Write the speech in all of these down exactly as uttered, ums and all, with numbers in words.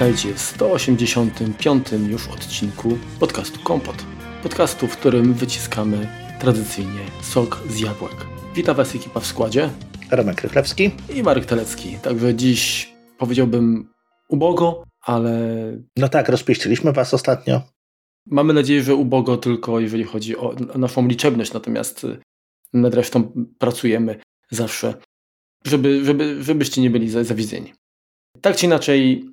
Witajcie w sto osiemdziesiątym piątym już odcinku podcastu Kompot. Podcastu, w którym wyciskamy tradycyjnie sok z jabłek. Witam Was ekipa w składzie. Romek Rychlewski i Marek Telecki. Także dziś powiedziałbym ubogo, ale... No tak, rozpieściliśmy Was ostatnio. Mamy nadzieję, że ubogo tylko jeżeli chodzi o naszą liczebność, natomiast nad resztą pracujemy zawsze, żeby, żeby, żebyście nie byli zawiedzeni. Tak czy inaczej,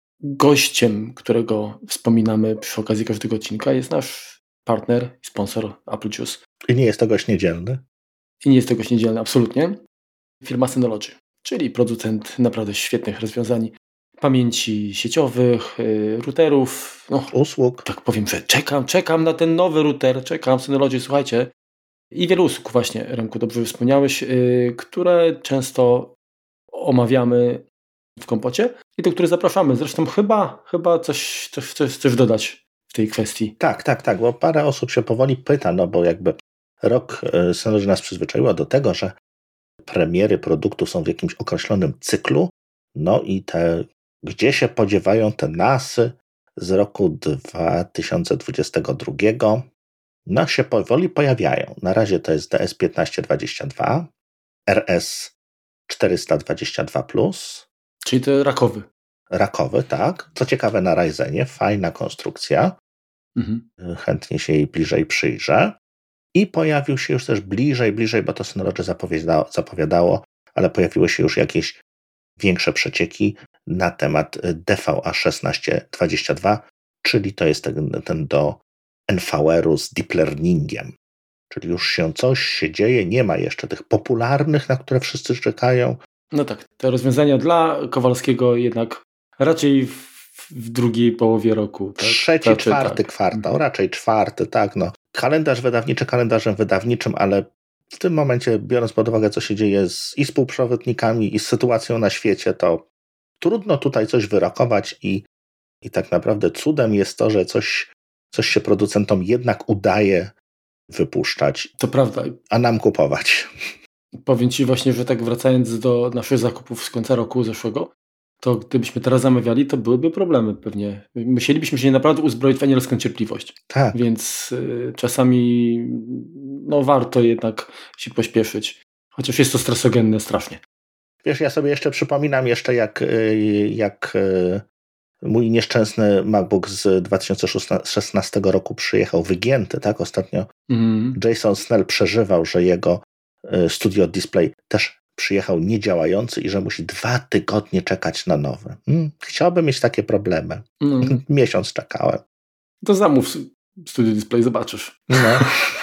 gościem, którego wspominamy przy okazji każdego odcinka, jest nasz partner i sponsor Apple Juice. I nie jest to gość niedzielny. I nie jest to gość niedzielny, absolutnie. Firma Synology, czyli producent naprawdę świetnych rozwiązań pamięci sieciowych, yy, routerów. No, usług. Tak powiem, że czekam, czekam na ten nowy router, czekam Synology, słuchajcie. I wielu usług właśnie, Remku, dobrze wspomniałeś, yy, które często omawiamy w Kompocie i do których zapraszamy. Zresztą chyba, chyba coś, coś, coś, coś dodać w tej kwestii. Tak, tak, tak, bo parę osób się powoli pyta, no bo jakby rok Synology nas przyzwyczaiła do tego, że premiery produktu są w jakimś określonym cyklu, no i te, gdzie się podziewają te nasy z roku dwa tysiące dwudziestego drugiego, no się powoli pojawiają. Na razie to jest D S piętnaście dwadzieścia dwa, R S czterysta dwadzieścia dwa plus. Czyli to rakowy. Rakowy, tak. Co ciekawe, na Ryzenie, fajna konstrukcja. Mhm. Chętnie się jej bliżej przyjrzę. I pojawił się już też bliżej, bliżej, bo to Synology zapowiadało, zapowiadało, ale pojawiły się już jakieś większe przecieki na temat D V A szesnaście dwadzieścia dwa, czyli to jest ten, ten do N V R-u z deep learningiem. Czyli już się coś się dzieje, nie ma jeszcze tych popularnych, na które wszyscy czekają. No tak, te rozwiązania dla Kowalskiego jednak raczej w, w drugiej połowie roku. Tak? Trzeci, raczej czwarty tak. kwartał, raczej czwarty, tak. No. Kalendarz wydawniczy kalendarzem wydawniczym, ale w tym momencie, biorąc pod uwagę, co się dzieje z, i z półprzewodnikami, i z sytuacją na świecie, to trudno tutaj coś wyrokować i, i tak naprawdę cudem jest to, że coś, coś się producentom jednak udaje wypuszczać. To prawda. A nam kupować. Powiem Ci właśnie, że tak wracając do naszych zakupów z końca roku zeszłego, to gdybyśmy teraz zamawiali, to byłyby problemy pewnie. Musielibyśmy się naprawdę uzbroić w anielską cierpliwość. Tak. Więc y, czasami no warto jednak się pośpieszyć. Chociaż jest to stresogenne strasznie. Wiesz, ja sobie jeszcze przypominam jeszcze jak, jak mój nieszczęsny MacBook z dwa tysiące szesnastego roku przyjechał wygięty, tak? Ostatnio mm. Jason Snell przeżywał, że jego Studio Display też przyjechał niedziałający i że musi dwa tygodnie czekać na nowy. Hmm, chciałbym mieć takie problemy. Mm. Miesiąc czekałem. To zamów Studio Display, zobaczysz. No.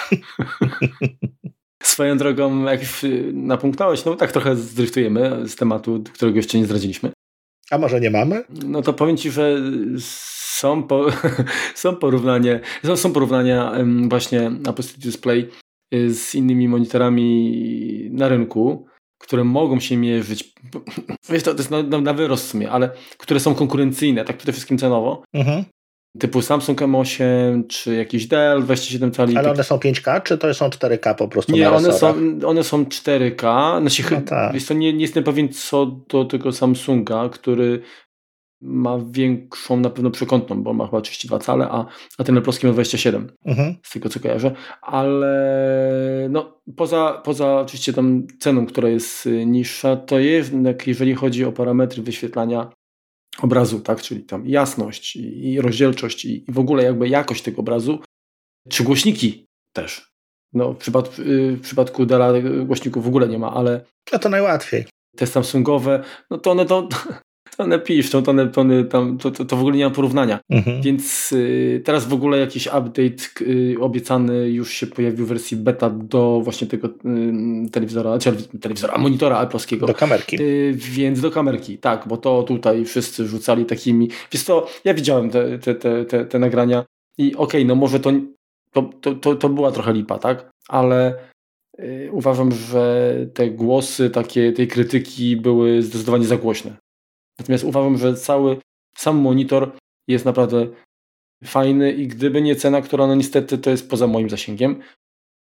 Swoją drogą, jak napunktowałeś, no tak trochę zdriftujemy z tematu, którego jeszcze nie zdradziliśmy. A może nie mamy? No to powiem Ci, że są, po, są, porównanie, są, są porównania właśnie Apple Studio Display z innymi monitorami na rynku, które mogą się mierzyć, wiesz, to, to jest na, na, na wyrost w sumie, ale które są konkurencyjne, tak przede wszystkim cenowo. Mhm. Typu Samsung M osiem, czy jakiś Dell dwadzieścia siedem cali. Ale one są pięć K, czy to są cztery K po prostu? Nie, na one są, one są cztery K. Znaczy, no tak. Wiesz, to nie, nie jestem pewien co do tego Samsunga, który ma większą na pewno przekątną, bo ma chyba trzydzieści dwa cale, a, a ten polski ma dwadzieścia siedem, mhm. z tego co kojarzę. Ale no, poza, poza oczywiście tą ceną, która jest niższa, to jednak jeżeli chodzi o parametry wyświetlania obrazu, tak, czyli tam jasność i, i rozdzielczość i, i w ogóle jakby jakość tego obrazu, czy głośniki też. No, w, przypad, w przypadku Della głośników w ogóle nie ma, ale... No to najłatwiej. Te Samsungowe, no to one to... To one piszczą, to, one, to, one tam, to, to, to w ogóle nie ma porównania. Mhm. Więc y, teraz w ogóle jakiś update y, obiecany już się pojawił w wersji beta do właśnie tego y, telewizora, czy telewizora, monitora Apple'owskiego. Do kamerki. Y, więc do kamerki, tak, bo to tutaj wszyscy rzucali takimi... Wiesz to, ja widziałem te, te, te, te, te nagrania i okej, okay, no może to, to, to, to była trochę lipa, tak? Ale y, uważam, że te głosy takie, tej krytyki były zdecydowanie za głośne. Natomiast uważam, że cały sam monitor jest naprawdę fajny i gdyby nie cena, która no niestety to jest poza moim zasięgiem,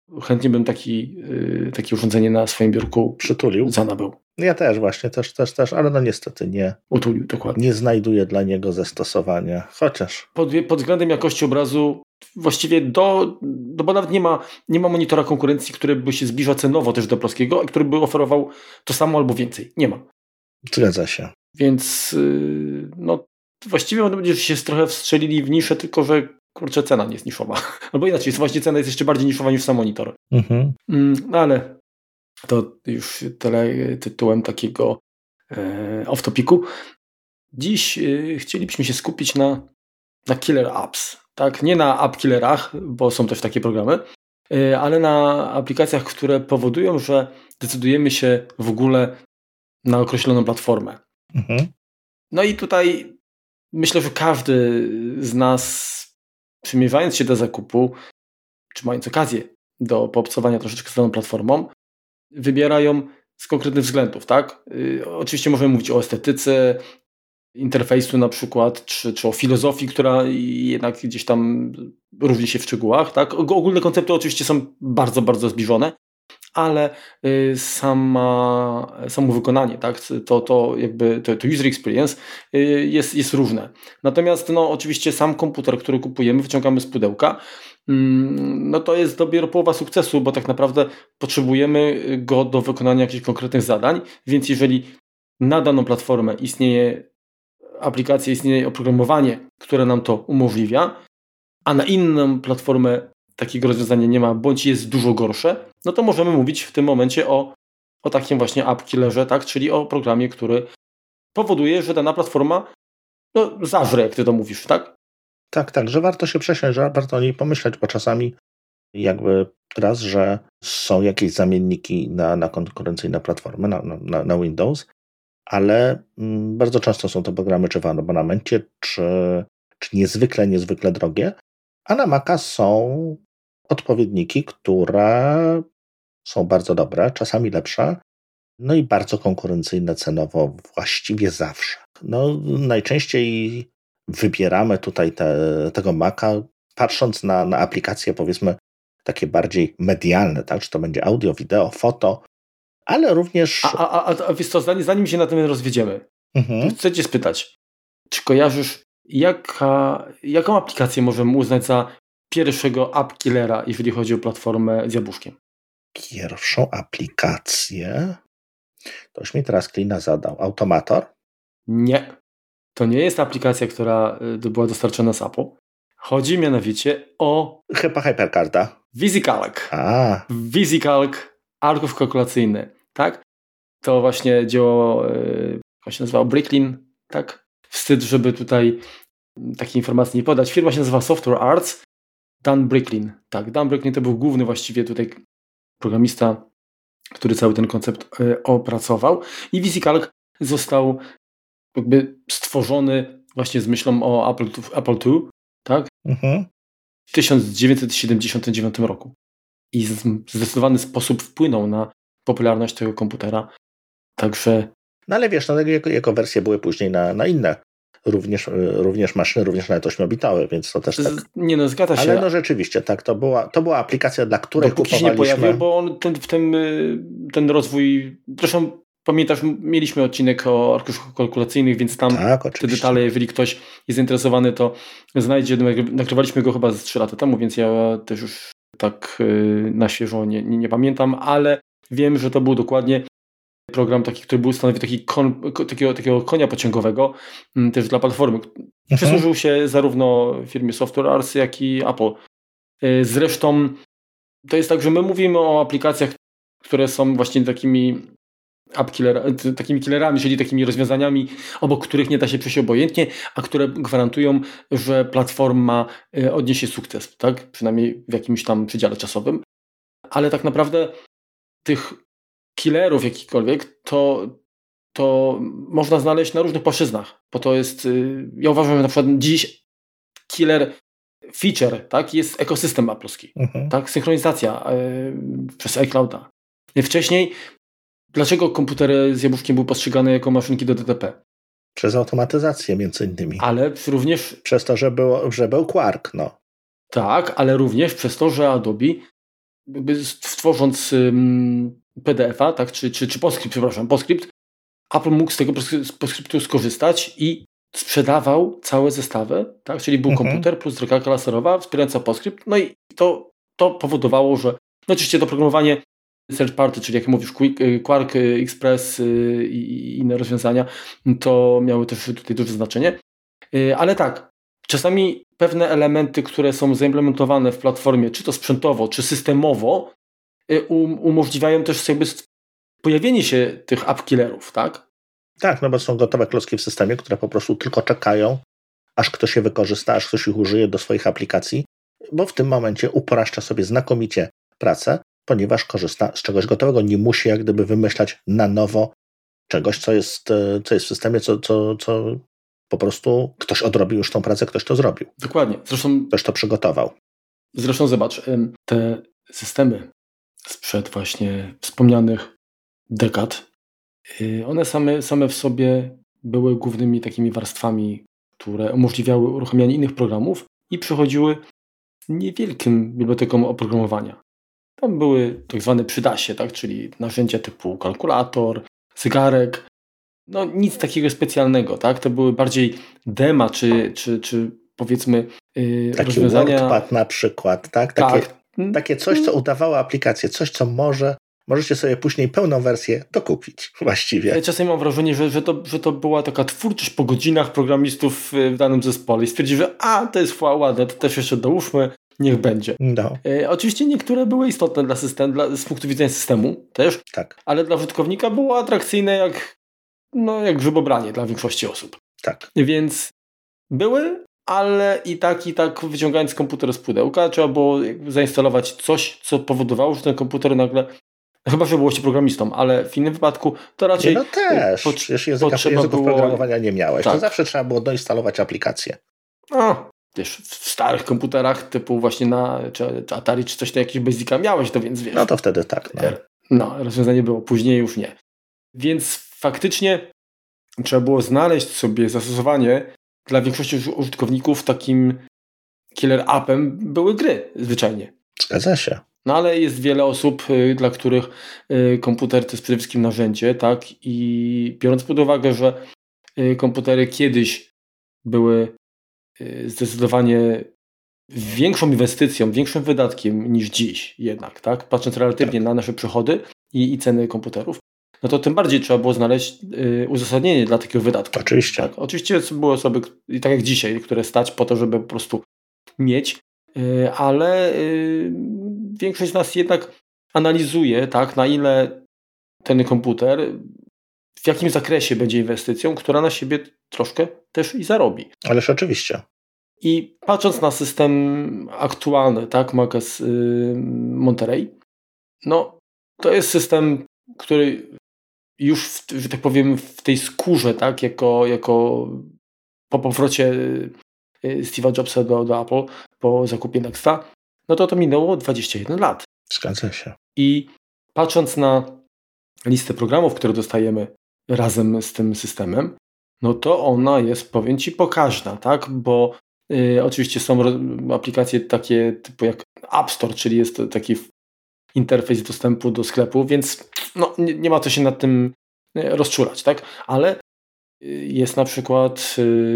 chętnie bym taki, yy, takie urządzenie na swoim biurku przytulił. Zanabył. Ja też właśnie, też, też, też, ale no niestety nie. Utulił, dokładnie. Nie znajduję dla niego zastosowania, chociaż. Pod, pod względem jakości obrazu właściwie do, do bo nawet nie ma, nie ma monitora konkurencji, który by się zbliżał cenowo też do Ploskiego, który by oferował to samo albo więcej. Nie ma. Zgadza się. Więc yy, no właściwie będziesz się trochę wstrzelili w niszę, tylko że kurczę, cena nie jest niszowa. Albo inaczej, właśnie cena jest jeszcze bardziej niszowa niż sam monitor. Mhm. Mm, no ale to już tyle tytułem takiego e, off-topiku. Dziś e, chcielibyśmy się skupić na, na killer apps. Tak? Nie na app killerach, bo są też takie programy, e, ale na aplikacjach, które powodują, że decydujemy się w ogóle na określoną platformę. Mhm. No i tutaj myślę, że każdy z nas, przymierzając się do zakupu, czy mając okazję do poobcowania troszeczkę z daną platformą, wybierają z konkretnych względów, tak? Yy, oczywiście możemy mówić o estetyce interfejsu na przykład, czy, czy o filozofii, która jednak gdzieś tam różni się w szczegółach, tak? Ogólne koncepty oczywiście są bardzo, bardzo zbliżone, ale y, sama, samo wykonanie, tak? To, to jakby to, to user experience y, jest, jest różne. Natomiast no, oczywiście sam komputer, który kupujemy, wyciągamy z pudełka, no to jest dopiero połowa sukcesu, bo tak naprawdę potrzebujemy go do wykonania jakichś konkretnych zadań, więc jeżeli na daną platformę istnieje aplikacja, istnieje oprogramowanie, które nam to umożliwia, a na inną platformę takiego rozwiązania nie ma, bądź jest dużo gorsze, no to możemy mówić w tym momencie o, o takim właśnie app killerze, tak? Czyli o programie, który powoduje, że dana platforma no, zażre, jak ty to mówisz, tak? Tak, tak, że warto się przesiąść, że warto o niej pomyśleć, bo czasami jakby raz, że są jakieś zamienniki na, na konkurencyjne platformy, na, na, na Windows, ale mm, bardzo często są to programy czy w abonamencie, czy, czy niezwykle, niezwykle drogie, a na Maca są odpowiedniki, które są bardzo dobre, czasami lepsze, no i bardzo konkurencyjne cenowo właściwie zawsze. No, najczęściej wybieramy tutaj te, tego Maca, patrząc na, na aplikacje, powiedzmy, takie bardziej medialne, tak? Czy to będzie audio, wideo, foto, ale również... A, a, a, a wiesz co, zanim, zanim się na tym rozwiedziemy, mhm. to chcę cię spytać, czy kojarzysz, jaka, jaką aplikację możemy uznać za pierwszego app killera, jeżeli chodzi o platformę z jabłuszkiem? Pierwszą aplikację? Toś mi teraz klina zadał. Automator? Nie. To nie jest aplikacja, która była dostarczona z Apple. Chodzi mianowicie o... Chyba HyperCarda. VisiCalc. A. VisiCalc, arkusz kalkulacyjny, tak? To właśnie dzieło, jak się nazywało, Bricklin, tak? Wstyd, żeby tutaj takiej informacji nie podać. Firma się nazywa Software Arts. Dan Bricklin, tak. Dan Bricklin to był główny właściwie tutaj programista, który cały ten koncept y, opracował. I VisiCalc został jakby stworzony właśnie z myślą o Apple, Apple dwa, tak? Mhm. W tysiąc dziewięćset siedemdziesiątym dziewiątym roku. I w zdecydowany sposób wpłynął na popularność tego komputera. Także... No ale wiesz, no, jako, jako wersje były później na, na inne również, również maszyny, również nawet ośmiobitowe, więc to też tak... Z, nie no, zgadza się. Ale no rzeczywiście, tak, to była, to była aplikacja, dla której Dopóki kupowaliśmy... się nie pojawił, bo on ten, w tym, ten rozwój... Zresztą pamiętasz, mieliśmy odcinek o arkuszach kalkulacyjnych, więc tam tak, te detale, jeżeli ktoś jest zainteresowany, to znajdzie. Nagrywaliśmy go chyba z trzy lata temu, więc ja też już tak na świeżo nie, nie, nie pamiętam, ale wiem, że to był dokładnie program taki, który był stanowił taki kon, takiego, takiego konia pociągowego też dla platformy. Przysłużył się zarówno firmie Software Arts, jak i Apple. Zresztą to jest tak, że my mówimy o aplikacjach, które są właśnie takimi app killer, takimi killerami, czyli takimi rozwiązaniami, obok których nie da się przejść obojętnie, a które gwarantują, że platforma odniesie sukces, tak? Przynajmniej w jakimś tam przedziale czasowym. Ale tak naprawdę tych killerów jakichkolwiek, to, to można znaleźć na różnych płaszczyznach, bo to jest, ja uważam, że na przykład dziś killer feature, tak, jest ekosystem aploski, mhm. tak, synchronizacja yy, przez iClouda. Wcześniej, dlaczego komputery z jabłuszkiem były postrzegane jako maszynki do D T P? Przez automatyzację między innymi. Ale również... Przez to, że, było, że był Quark, no. Tak, ale również przez to, że Adobe jakby tworząc um, P D F a, tak, czy, czy, czy PostScript, przepraszam, PostScript, Apple mógł z tego PostScriptu skorzystać i sprzedawał całe zestawy, tak, czyli był mhm. komputer plus drukarka laserowa wspierająca PostScript, no i to, to powodowało, że no oczywiście to programowanie third party, czyli jak mówisz Quark, Express i inne rozwiązania, to miały też tutaj duże znaczenie, ale tak, czasami pewne elementy, które są zaimplementowane w platformie, czy to sprzętowo, czy systemowo, um, umożliwiają też jakby pojawienie się tych app-killerów, tak? Tak, no bo są gotowe klocki w systemie, które po prostu tylko czekają, aż ktoś je wykorzysta, aż ktoś ich użyje do swoich aplikacji, bo w tym momencie upraszcza sobie znakomicie pracę, ponieważ korzysta z czegoś gotowego, nie musi jak gdyby wymyślać na nowo czegoś, co jest, co jest w systemie, co, co, co po prostu ktoś odrobił już tą pracę, ktoś to zrobił. Dokładnie. Zresztą ktoś to przygotował. Zresztą zobacz, te systemy sprzed właśnie wspomnianych dekad, one same, same w sobie były głównymi takimi warstwami, które umożliwiały uruchamianie innych programów i przychodziły niewielkim bibliotekom oprogramowania. Tam były tak zwane przydasie, tak? Czyli narzędzia typu kalkulator, zegarek. No nic takiego specjalnego, tak? To były bardziej dema, czy, czy, czy powiedzmy yy, Taki rozwiązania. WordPad na przykład, tak? Takie, tak. takie coś, co udawało aplikację, coś, co może możecie sobie później pełną wersję dokupić właściwie. Ja czasem mam wrażenie, że, że, to, że to była taka twórczość po godzinach programistów w danym zespole i stwierdzili, że a, to jest ładne, to też jeszcze dołóżmy, niech będzie. No. E, oczywiście niektóre były istotne dla systemu, dla, z punktu widzenia systemu też, tak. ale dla użytkownika było atrakcyjne jak, no, jak grzybobranie dla większości osób. Tak. Więc były, ale i tak, i tak wyciągając komputer z pudełka, trzeba było zainstalować coś, co powodowało, że ten komputer nagle, chyba że było się programistą, ale w innym wypadku to raczej... Nie, no też, po, przecież języka, języków było... programowania nie miałeś, tak. To zawsze trzeba było doinstalować aplikację. No, wiesz, w starych komputerach typu właśnie na czy, czy Atari, czy coś, to jakieś Basica miałeś, to więc wiesz. No to wtedy tak. No. no, rozwiązanie było, później już nie. Więc faktycznie trzeba było znaleźć sobie zastosowanie dla większości użytkowników. Takim killer appem były gry zwyczajnie. Zgadza się. No ale jest wiele osób, y, dla których y, komputer to jest przede wszystkim narzędzie, tak? I biorąc pod uwagę, że y, komputery kiedyś były y, zdecydowanie większą inwestycją, większym wydatkiem niż dziś jednak, tak? Patrząc relatywnie tak. na nasze przychody i, i ceny komputerów, no to tym bardziej trzeba było znaleźć y, uzasadnienie dla takiego wydatku. Oczywiście. Tak? Oczywiście były osoby, tak jak dzisiaj, które stać po to, żeby po prostu mieć, y, ale y, większość z nas jednak analizuje, tak, na ile ten komputer, w jakim zakresie będzie inwestycją, która na siebie troszkę też i zarobi. Ależ oczywiście. I patrząc na system aktualny, tak, Macas y, Monterey, no to jest system, który już, w, że tak powiem, w tej skórze, tak, jako, jako po powrocie Steve'a Jobsa do, do Apple, po zakupie Nexta, no to to minęło dwadzieścia jeden lat. Zgadza się. I patrząc na listę programów, które dostajemy razem z tym systemem, no to ona jest, powiem Ci, pokaźna, tak, bo y, oczywiście są aplikacje takie typu jak App Store, czyli jest to taki interfejs dostępu do sklepu, więc no, nie, nie ma co się nad tym rozczulać, tak? Ale jest na przykład,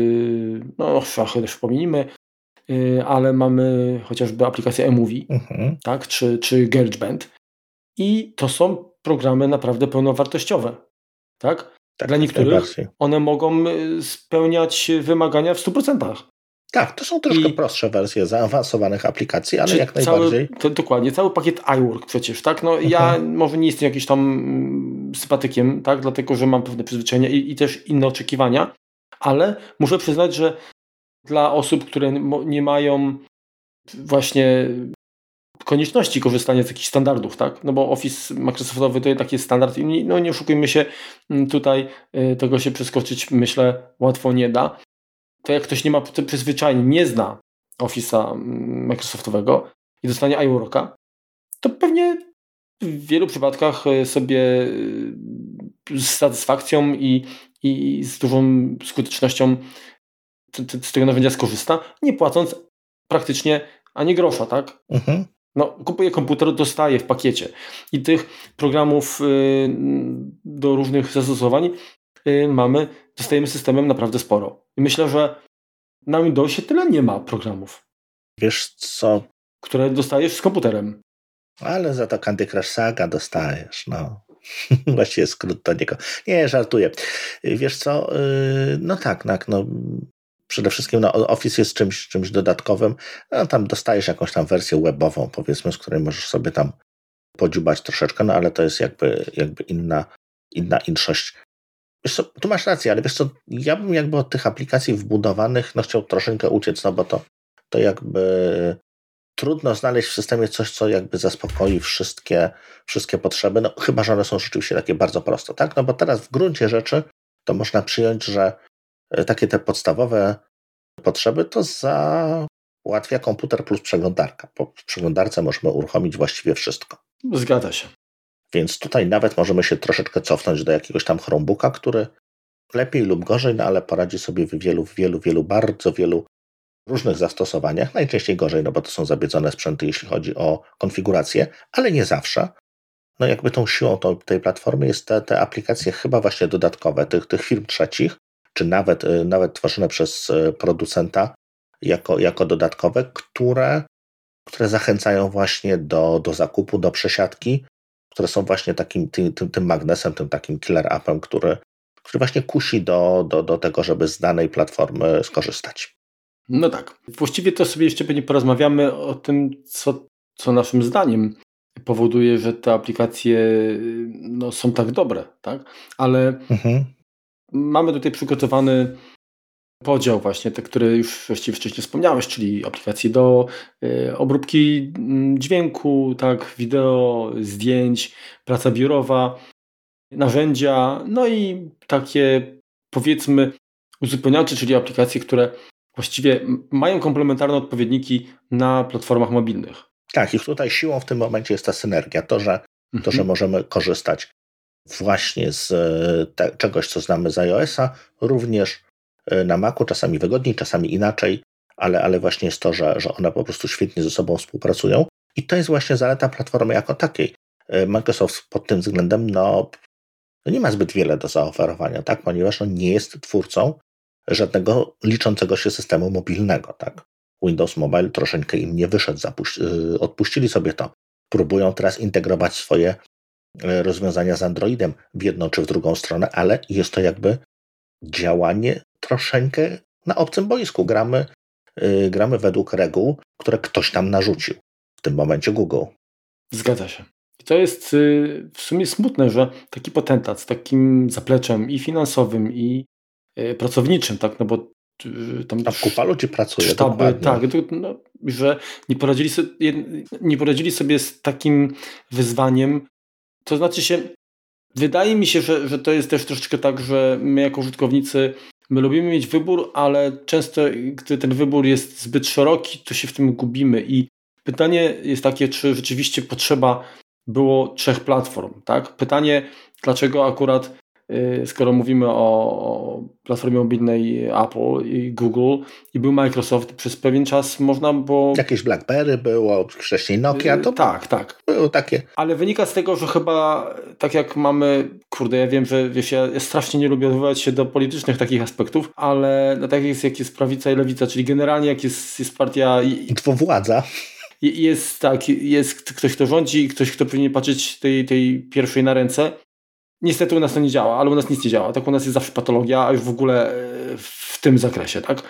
no szachy też wspomnimy, ale mamy chociażby aplikację eMovie, mhm. tak? Czy, czy GarageBand i to są programy naprawdę pełnowartościowe, tak? tak Dla niektórych one mogą spełniać wymagania w stu procentach. Tak, to są troszkę I prostsze wersje zaawansowanych aplikacji, ale jak cały, najbardziej. To, dokładnie, cały pakiet iWork przecież, tak? No, ja mhm. może nie jestem jakimś tam sympatykiem, tak? Dlatego, że mam pewne przyzwyczajenia i, i też inne oczekiwania, ale muszę przyznać, że dla osób, które nie mają właśnie konieczności korzystania z jakichś standardów, tak? No bo Office Microsoftowy to jednak jest standard i no, nie oszukujmy się, tutaj tego się przeskoczyć, myślę, łatwo nie da. To jak ktoś nie ma przyzwyczajeń, nie zna Office'a Microsoftowego i dostanie iWorka, to pewnie w wielu przypadkach sobie z satysfakcją i, i z dużą skutecznością z tego narzędzia skorzysta, nie płacąc praktycznie ani grosza, tak? Mhm. No, kupuję komputer, dostaję w pakiecie i tych programów y, do różnych zastosowań y, mamy, dostajemy systemem naprawdę sporo. I myślę, że na Windowsie tyle nie ma programów. Wiesz co? Które dostajesz z komputerem. Ale za to Candy Crush Saga dostajesz, no. Właściwie skrót do niego. Nie, żartuję. Wiesz co? No tak, tak, no. Przede wszystkim no, Office jest czymś, czymś dodatkowym. No, tam dostajesz jakąś tam wersję webową, powiedzmy, z której możesz sobie tam podziubać troszeczkę, no ale to jest jakby, jakby inna, inna inszość. Wiesz co, tu masz rację, ale wiesz co, ja bym jakby od tych aplikacji wbudowanych no chciał troszeczkę uciec, no bo to, to jakby trudno znaleźć w systemie coś, co jakby zaspokoi wszystkie, wszystkie potrzeby, no chyba, że one są rzeczywiście takie bardzo proste, tak? No bo teraz w gruncie rzeczy to można przyjąć, że takie te podstawowe potrzeby to załatwia komputer plus przeglądarka. Po przeglądarce możemy uruchomić właściwie wszystko. Zgadza się. Więc tutaj nawet możemy się troszeczkę cofnąć do jakiegoś tam Chromebooka, który lepiej lub gorzej, no ale poradzi sobie w wielu, wielu, wielu, bardzo wielu różnych zastosowaniach. Najczęściej gorzej, no bo to są zabiedzone sprzęty, jeśli chodzi o konfigurację, ale nie zawsze. No jakby tą siłą to, tej platformy jest te, te aplikacje chyba właśnie dodatkowe tych, tych firm trzecich, czy nawet, nawet tworzone przez producenta jako, jako dodatkowe, które, które zachęcają właśnie do, do zakupu, do przesiadki, które są właśnie takim tym, tym, tym magnesem, tym takim killer appem, który, który właśnie kusi do, do, do tego, żeby z danej platformy skorzystać. No tak. Właściwie to sobie jeszcze nie porozmawiamy o tym, co, co naszym zdaniem powoduje, że te aplikacje no, są tak dobre, tak? Ale mhm. mamy tutaj przygotowany podział właśnie, te, które już właściwie wcześniej wspomniałeś, czyli aplikacje do y, obróbki dźwięku, tak, wideo, zdjęć, praca biurowa, narzędzia, no i takie powiedzmy uzupełniacze, czyli aplikacje, które właściwie mają komplementarne odpowiedniki na platformach mobilnych. Tak, i tutaj siłą w tym momencie jest ta synergia, to, że, mhm. to, że możemy korzystać właśnie z te, czegoś, co znamy z iOS-a, również na Macu, czasami wygodniej, czasami inaczej, ale, ale właśnie jest to, że, że one po prostu świetnie ze sobą współpracują i to jest właśnie zaleta platformy jako takiej. Microsoft pod tym względem no, no nie ma zbyt wiele do zaoferowania, tak? Ponieważ no, nie jest twórcą żadnego liczącego się systemu mobilnego, tak? Windows Mobile troszeczkę im nie wyszedł, zapuści- odpuścili sobie to. Próbują teraz integrować swoje rozwiązania z Androidem w jedną czy w drugą stronę, ale jest to jakby działanie troszeczkę na obcym boisku. Gramy, yy, gramy według reguł, które ktoś tam narzucił. W tym momencie Google. Zgadza się. I to jest yy, w sumie smutne, że taki potentat z takim zapleczem i finansowym, i yy, pracowniczym, tak, no bo yy, tam a kupa ludzi pracuje, sztaby, tak, no, że nie poradzili, sobie, nie poradzili sobie z takim wyzwaniem. To znaczy się, wydaje mi się, że, że to jest też troszeczkę tak, że my jako użytkownicy, my lubimy mieć wybór, ale często gdy ten wybór jest zbyt szeroki, to się w tym gubimy i pytanie jest takie, czy rzeczywiście potrzeba było trzech platform, tak? Pytanie, dlaczego akurat skoro mówimy o platformie mobilnej Apple i Google i był Microsoft, przez pewien czas można było... Jakieś BlackBerry było, wcześniej Nokia, to tak, tak. Było takie. Ale wynika z tego, że chyba tak jak mamy, kurde, ja wiem, że wiesz, ja, ja strasznie nie lubię odwoływać się do politycznych takich aspektów, ale no, tak jest, jak jest prawica i lewica, czyli generalnie jak jest, jest partia... I dwuwładza. Jest tak, jest ktoś, kto rządzi i ktoś, kto powinien patrzeć tej, tej pierwszej na ręce. Niestety u nas to nie działa, ale u nas nic nie działa. Tak u nas jest zawsze patologia, a już w ogóle w tym zakresie, tak?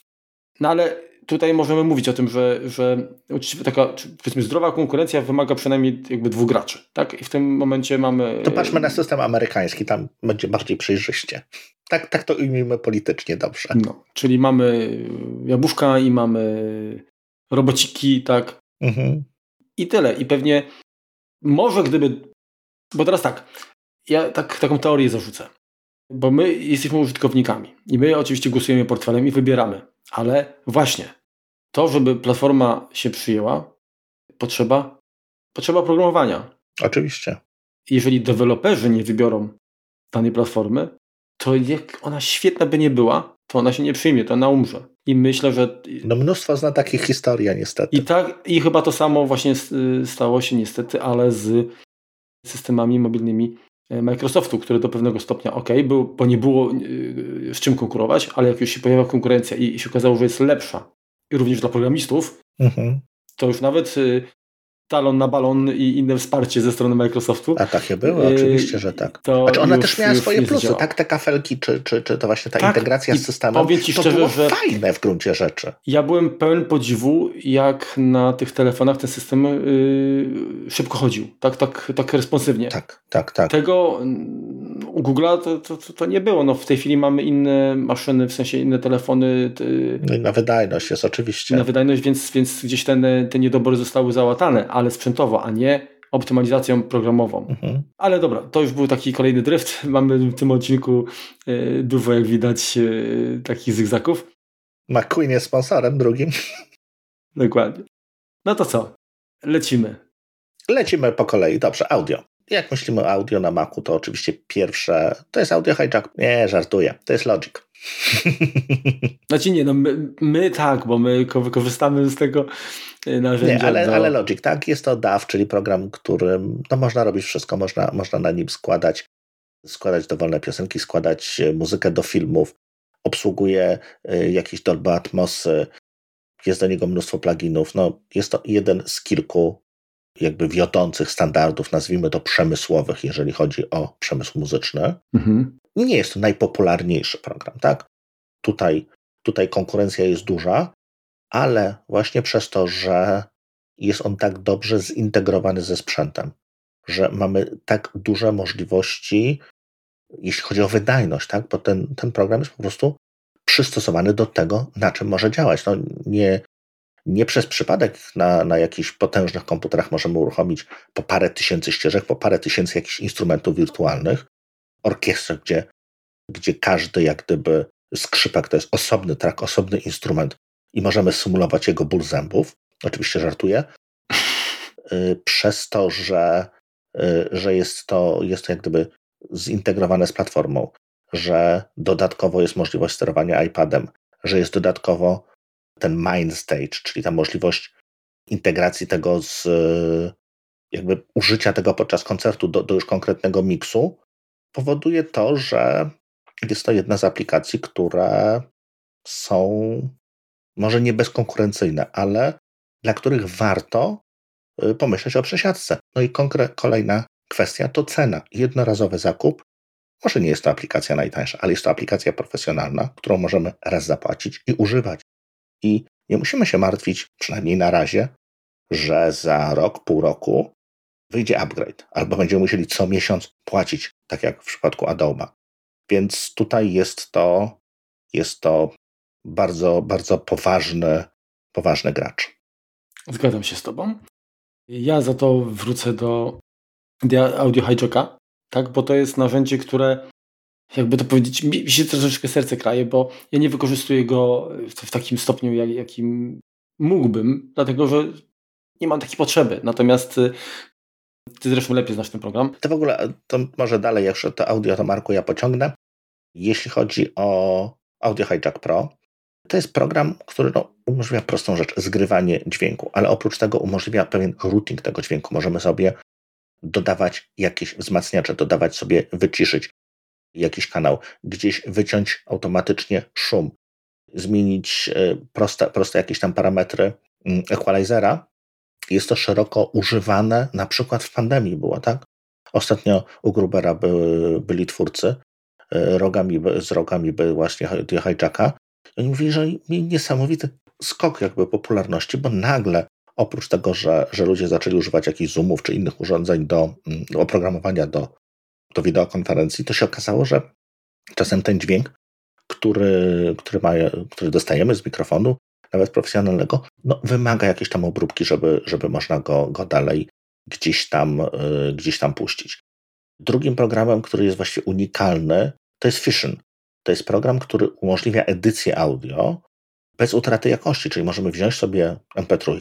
No ale tutaj możemy mówić o tym, że, że uczciwa, taka powiedzmy zdrowa konkurencja wymaga przynajmniej jakby dwóch graczy, tak? I w tym momencie mamy... To patrzmy na system amerykański, tam będzie bardziej przejrzyście. Tak, tak to ujmijmy politycznie dobrze. No, czyli mamy jabłuszka i mamy robociki, tak? Mhm. I tyle. I pewnie może gdyby... Bo teraz tak, ja tak, taką teorię zarzucę. Bo my jesteśmy użytkownikami i my oczywiście głosujemy portfelem i wybieramy. Ale właśnie to, żeby platforma się przyjęła, potrzeba, potrzeba programowania. Oczywiście. Jeżeli deweloperzy nie wybiorą danej platformy, to jak ona świetna by nie była, to ona się nie przyjmie, to ona umrze. I myślę, że... No mnóstwo zna takich historii, niestety. I tak, i chyba to samo właśnie stało się niestety, ale z systemami mobilnymi Microsoftu, które do pewnego stopnia ok, był, bo nie było z czym konkurować, ale jak już się pojawiła konkurencja i się okazało, że jest lepsza, i również dla programistów, mhm. to już nawet talon na balon i inne wsparcie ze strony Microsoftu. A takie były, oczywiście, że tak. Znaczy ona już, też miała swoje plusy, tak? Te kafelki, czy, czy, czy to właśnie ta tak, integracja z systemem, powiem ci to szczerze, było że fajne w gruncie rzeczy. Ja byłem pełen podziwu, jak na tych telefonach ten system yy, szybko chodził. Tak, tak, tak responsywnie. Tak, tak, tak. Tego u Google'a to, to, to nie było. No, w tej chwili mamy inne maszyny, w sensie inne telefony. Ty... No i na wydajność jest oczywiście. Na wydajność, więc, więc gdzieś ten, te niedobory zostały załatane, ale sprzętowo, a nie optymalizacją programową. Mhm. Ale dobra, to już był taki kolejny drift. Mamy w tym odcinku y, dużo, jak widać, y, takich zygzaków. McQueen jest sponsorem drugim. Dokładnie. No to co? Lecimy. Lecimy po kolei. Dobrze, audio. Jak myślimy o audio na Macu, to oczywiście pierwsze to jest Audio Hijack. Nie, żartuję. To jest Logic. Znaczy nie, no my, my tak, bo my korzystamy z tego narzędzia. Nie, ale, do... ale Logic, tak? Jest to D A W, czyli program, którym no, można robić wszystko. Można, można na nim składać, składać dowolne piosenki, składać muzykę do filmów. Obsługuje y, jakieś Dolby Atmosy. Jest do niego mnóstwo pluginów. No, jest to jeden z kilku jakby wiodących standardów, nazwijmy to przemysłowych, jeżeli chodzi o przemysł muzyczny. Mhm. Nie jest to najpopularniejszy program, tak? Tutaj, tutaj konkurencja jest duża, ale właśnie przez to, że jest on tak dobrze zintegrowany ze sprzętem, że mamy tak duże możliwości, jeśli chodzi o wydajność, tak? Bo ten, ten program jest po prostu przystosowany do tego, na czym może działać. No nie, nie przez przypadek na, na jakichś potężnych komputerach możemy uruchomić po parę tysięcy ścieżek, po parę tysięcy jakichś instrumentów wirtualnych, orkiestrę, gdzie, gdzie każdy jak gdyby skrzypek to jest osobny track, osobny instrument i możemy symulować jego ból zębów. Oczywiście żartuję. Przez to, że, że jest to, jest to jak gdyby zintegrowane z platformą, że dodatkowo jest możliwość sterowania iPadem, że jest dodatkowo ten main stage, czyli ta możliwość integracji tego z jakby użycia tego podczas koncertu do, do już konkretnego miksu, powoduje to, że jest to jedna z aplikacji, które są może nie bezkonkurencyjne, ale dla których warto pomyśleć o przesiadce. No i konkre- kolejna kwestia to cena. Jednorazowy zakup. Może nie jest to aplikacja najtańsza, ale jest to aplikacja profesjonalna, którą możemy raz zapłacić i używać. I nie musimy się martwić, przynajmniej na razie, że za rok, pół roku wyjdzie upgrade, albo będziemy musieli co miesiąc płacić, tak jak w przypadku Adobe'a. Więc tutaj jest to, jest to bardzo, bardzo poważny, poważny gracz. Zgadzam się z tobą. Ja za to wrócę do Audio Hijacka, tak, bo to jest narzędzie, które, jakby to powiedzieć, mi się troszeczkę serce kraje, bo ja nie wykorzystuję go w, w takim stopniu, jak, jakim mógłbym, dlatego że nie mam takiej potrzeby. Natomiast ty zresztą lepiej znasz ten program. To w ogóle, to może dalej, jak to audio, to Marku ja pociągnę. Jeśli chodzi o Audio Hijack Pro, to jest program, który no, umożliwia prostą rzecz, zgrywanie dźwięku, ale oprócz tego umożliwia pewien routing tego dźwięku. Możemy sobie dodawać jakieś wzmacniacze, dodawać sobie, wyciszyć jakiś kanał, gdzieś wyciąć automatycznie szum, zmienić proste, proste jakieś tam parametry equalizera. Jest to szeroko używane, na przykład w pandemii było, tak? Ostatnio u Grubera były, byli twórcy rogami, z rogami były właśnie Audio Hijacka. Oni mówili, że mieli niesamowity skok jakby popularności, bo nagle oprócz tego, że, że ludzie zaczęli używać jakichś Zoomów czy innych urządzeń do, do oprogramowania do, do wideokonferencji, to się okazało, że czasem ten dźwięk, który, który, ma, który dostajemy z mikrofonu, nawet profesjonalnego, no, wymaga jakiejś tam obróbki, żeby, żeby można go, go dalej gdzieś tam, yy, gdzieś tam puścić. Drugim programem, który jest właściwie unikalny, to jest Fission. To jest program, który umożliwia edycję audio bez utraty jakości, czyli możemy wziąć sobie em pe trzy,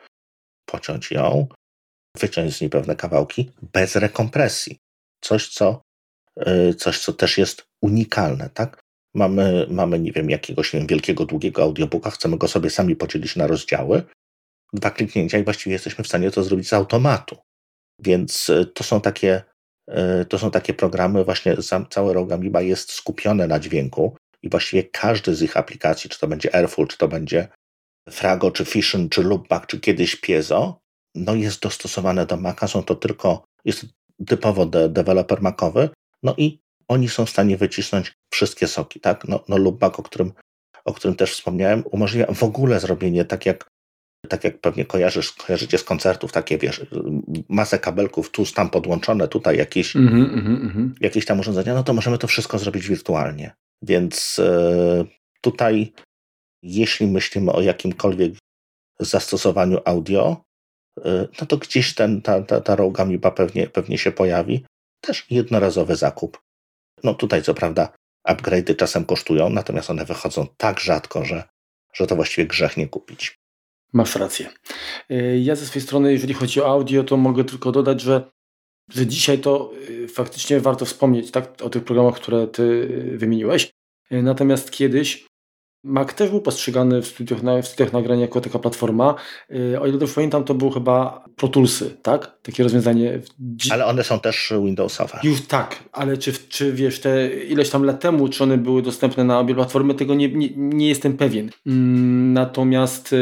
pociąć ją, wyciąć z niej pewne kawałki bez rekompresji. Coś, co coś, co też jest unikalne, tak? Mamy, mamy nie wiem, jakiegoś nie wiem, wielkiego, długiego audiobooka, chcemy go sobie sami podzielić na rozdziały, dwa kliknięcia i właściwie jesteśmy w stanie to zrobić z automatu. Więc to są takie, to są takie programy, właśnie całe Rogue Amoeba jest skupione na dźwięku i właściwie każdy z ich aplikacji, czy to będzie Airful, czy to będzie Frago, czy Fission, czy Loopback, czy kiedyś Piezo, no jest dostosowane do Maca, są to tylko, jest typowo de, deweloper macowy, no i oni są w stanie wycisnąć wszystkie soki, tak? No, no Loopback, o którym, o którym też wspomniałem, umożliwia w ogóle zrobienie tak jak tak jak pewnie kojarzysz, kojarzycie z koncertów, takie wiesz, masę kabelków tu, tam podłączone, tutaj jakieś, mm-hmm, mm-hmm. jakieś tam urządzenia, no to możemy to wszystko zrobić wirtualnie. Więc e, tutaj, jeśli myślimy o jakimkolwiek zastosowaniu audio, e, no to gdzieś ten, ta, ta, ta Rogue Amoeba pewnie, pewnie się pojawi. Też jednorazowy zakup. No tutaj co prawda upgrade'y czasem kosztują, natomiast one wychodzą tak rzadko, że, że to właściwie grzech nie kupić. Masz rację. Ja ze swojej strony, jeżeli chodzi o audio, to mogę tylko dodać, że, że dzisiaj to faktycznie warto wspomnieć, tak, o tych programach, które ty wymieniłeś. Natomiast kiedyś Mac też był postrzegany w studiach, w studiach nagrania jako taka platforma. O ile dobrze pamiętam, to były chyba Pro Toolsy, tak? Takie rozwiązanie. Ale one są też Windowsowe. Już tak, ale czy, czy wiesz, te ileś tam lat temu, czy one były dostępne na obie platformy, tego nie, nie, nie jestem pewien. Natomiast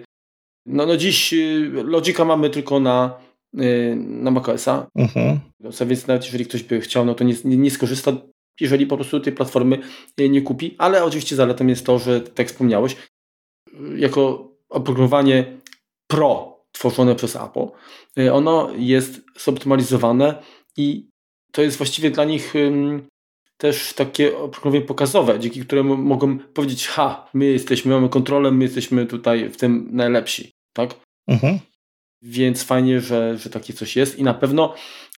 no, no dziś Logica mamy tylko na, na macOSa. Mhm. Więc nawet jeżeli ktoś by chciał, no to nie, nie, nie skorzysta, jeżeli po prostu tej platformy nie kupi, ale oczywiście zaletą jest to, że tak jak wspomniałeś, jako oprogramowanie Pro tworzone przez Apple, ono jest zoptymalizowane i to jest właściwie dla nich um, też takie oprogramowanie pokazowe, dzięki któremu mogą powiedzieć, ha, my jesteśmy, mamy kontrolę, my jesteśmy tutaj w tym najlepsi, tak? Mhm. Więc fajnie, że, że takie coś jest i na pewno